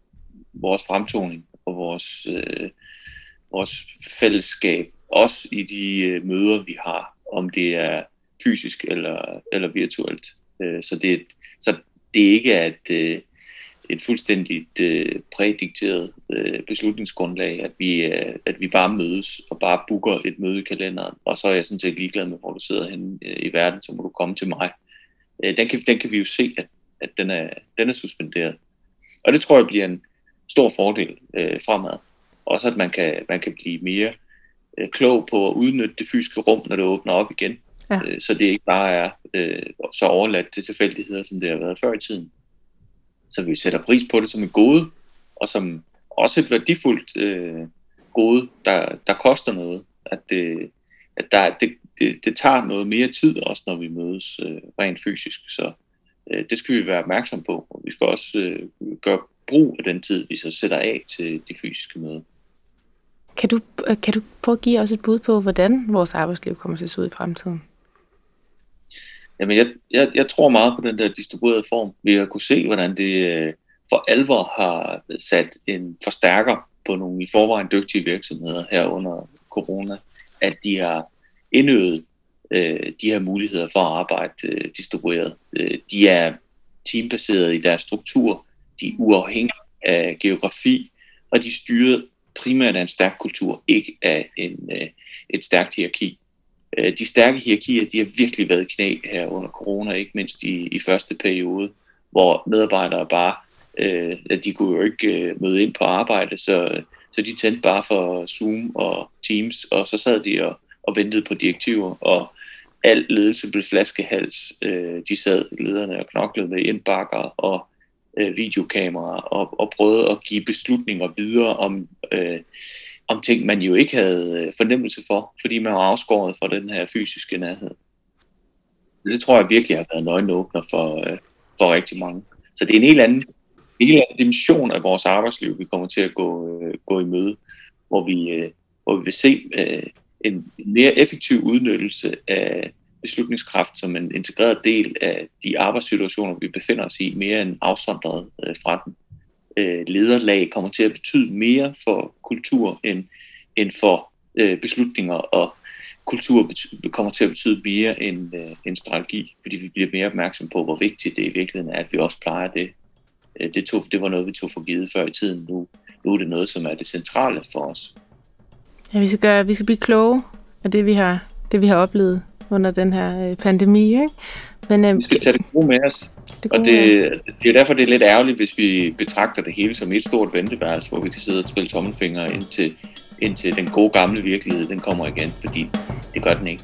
vores fremtoning og vores, øh, vores fællesskab, også i de øh, møder, vi har, om det er fysisk eller, eller virtuelt. Øh, så, det, så det ikke er et, øh, et fuldstændigt øh, prædikteret øh, beslutningsgrundlag, at vi, øh, at vi bare mødes og bare booker et møde i kalenderen, og så er jeg sådan set ligeglad med, hvor du sidder henne øh, i verden, så må du komme til mig. Øh, den, kan, den kan vi jo se, at, at den, er, den er suspenderet. Og det tror jeg bliver en stor fordel øh, fremad. Også at man kan, man kan blive mere øh, klog på at udnytte det fysiske rum, når det åbner op igen. Ja. Øh, så det ikke bare er øh, så overladt til tilfældigheder, som det har været før i tiden. Så vi sætter pris på det som et gode, og som også et værdifuldt øh, gode, der, der koster noget. At, det, at der, det, det, det tager noget mere tid, også når vi mødes øh, rent fysisk. Så øh, det skal vi være opmærksom på. Og vi skal også øh, gøre brug af den tid, vi så sætter af til de fysiske møder. Kan du, kan du prøve at give os et bud på, hvordan vores arbejdsliv kommer til at se ud i fremtiden? Jamen, jeg, jeg, jeg tror meget på den der distribuerede form. Vi har kunnet se, hvordan det øh, for alvor har sat en forstærker på nogle i forvejen dygtige virksomheder her under corona, at de har indøvet øh, de her muligheder for at arbejde øh, distribueret. Øh, de er teambaseret i deres struktur, de er uafhængige af geografi, og de styrer primært af en stærk kultur, ikke af en, øh, et stærkt hierarki. Øh, de stærke hierarkier, de har virkelig været i knæ her under corona, ikke mindst i, i første periode, hvor medarbejdere bare, øh, de kunne jo ikke øh, møde ind på arbejde, så, så de tændte bare for Zoom og Teams, og så sad de og, og ventede på direktiver, og al ledelse blev flaskehals. Øh, de sad lederne og knoklede med indbakker og videokameraer og, og prøvede at give beslutninger videre om, øh, om ting, man jo ikke havde fornemmelse for, fordi man var afskåret fra den her fysiske nærhed. Det tror jeg virkelig har været en øjenåbner for, øh, for rigtig mange. Så det er en helt anden, en helt anden dimension af vores arbejdsliv, vi kommer til at gå, øh, gå i møde, hvor vi, øh, hvor vi vil se øh, en mere effektiv udnyttelse af beslutningskraft som en integreret del af de arbejdssituationer, vi befinder os i, mere end afsondret øh, fra den. Øh, lederlag kommer til at betyde mere for kultur end, end for øh, beslutninger, og kultur bety- kommer til at betyde mere end, øh, end strategi, fordi vi bliver mere opmærksom på, hvor vigtigt det i virkeligheden er, at vi også plejer det. Øh, det, tog, det var noget, vi tog for givet før i tiden. Nu, nu er det noget, som er det centrale for os. Ja, vi skal, gøre, vi skal blive kloge af det, vi har, det, vi har oplevet under den her øh, pandemi, ikke? Men, øh, vi skal tage det gode med os. Det og det, det er derfor, det er lidt ærgerligt, hvis vi betragter det hele som et stort venteværelse, hvor vi kan sidde og spille tommelfingre indtil, indtil den gode gamle virkelighed, den kommer igen, fordi det gør den ikke.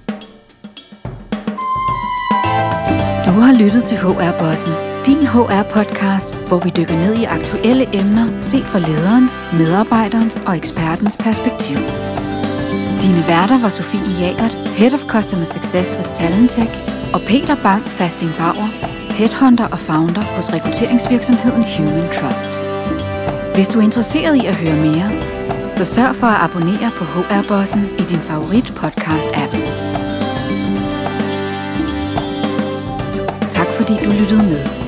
Du har lyttet til H R-bossen, din H R-podcast, hvor vi dykker ned i aktuelle emner set fra lederens, medarbejderens og ekspertens perspektiv. Dine værter var Sofie Jagert, Head of Customer Success hos Talentech, og Peter Bang Fasting Bauer, headhunter og founder hos rekrutteringsvirksomheden Human Trust. Hvis du er interesseret i at høre mere, så sørg for at abonnere på H R-bossen i din favorit podcast-app. Tak fordi du lyttede med.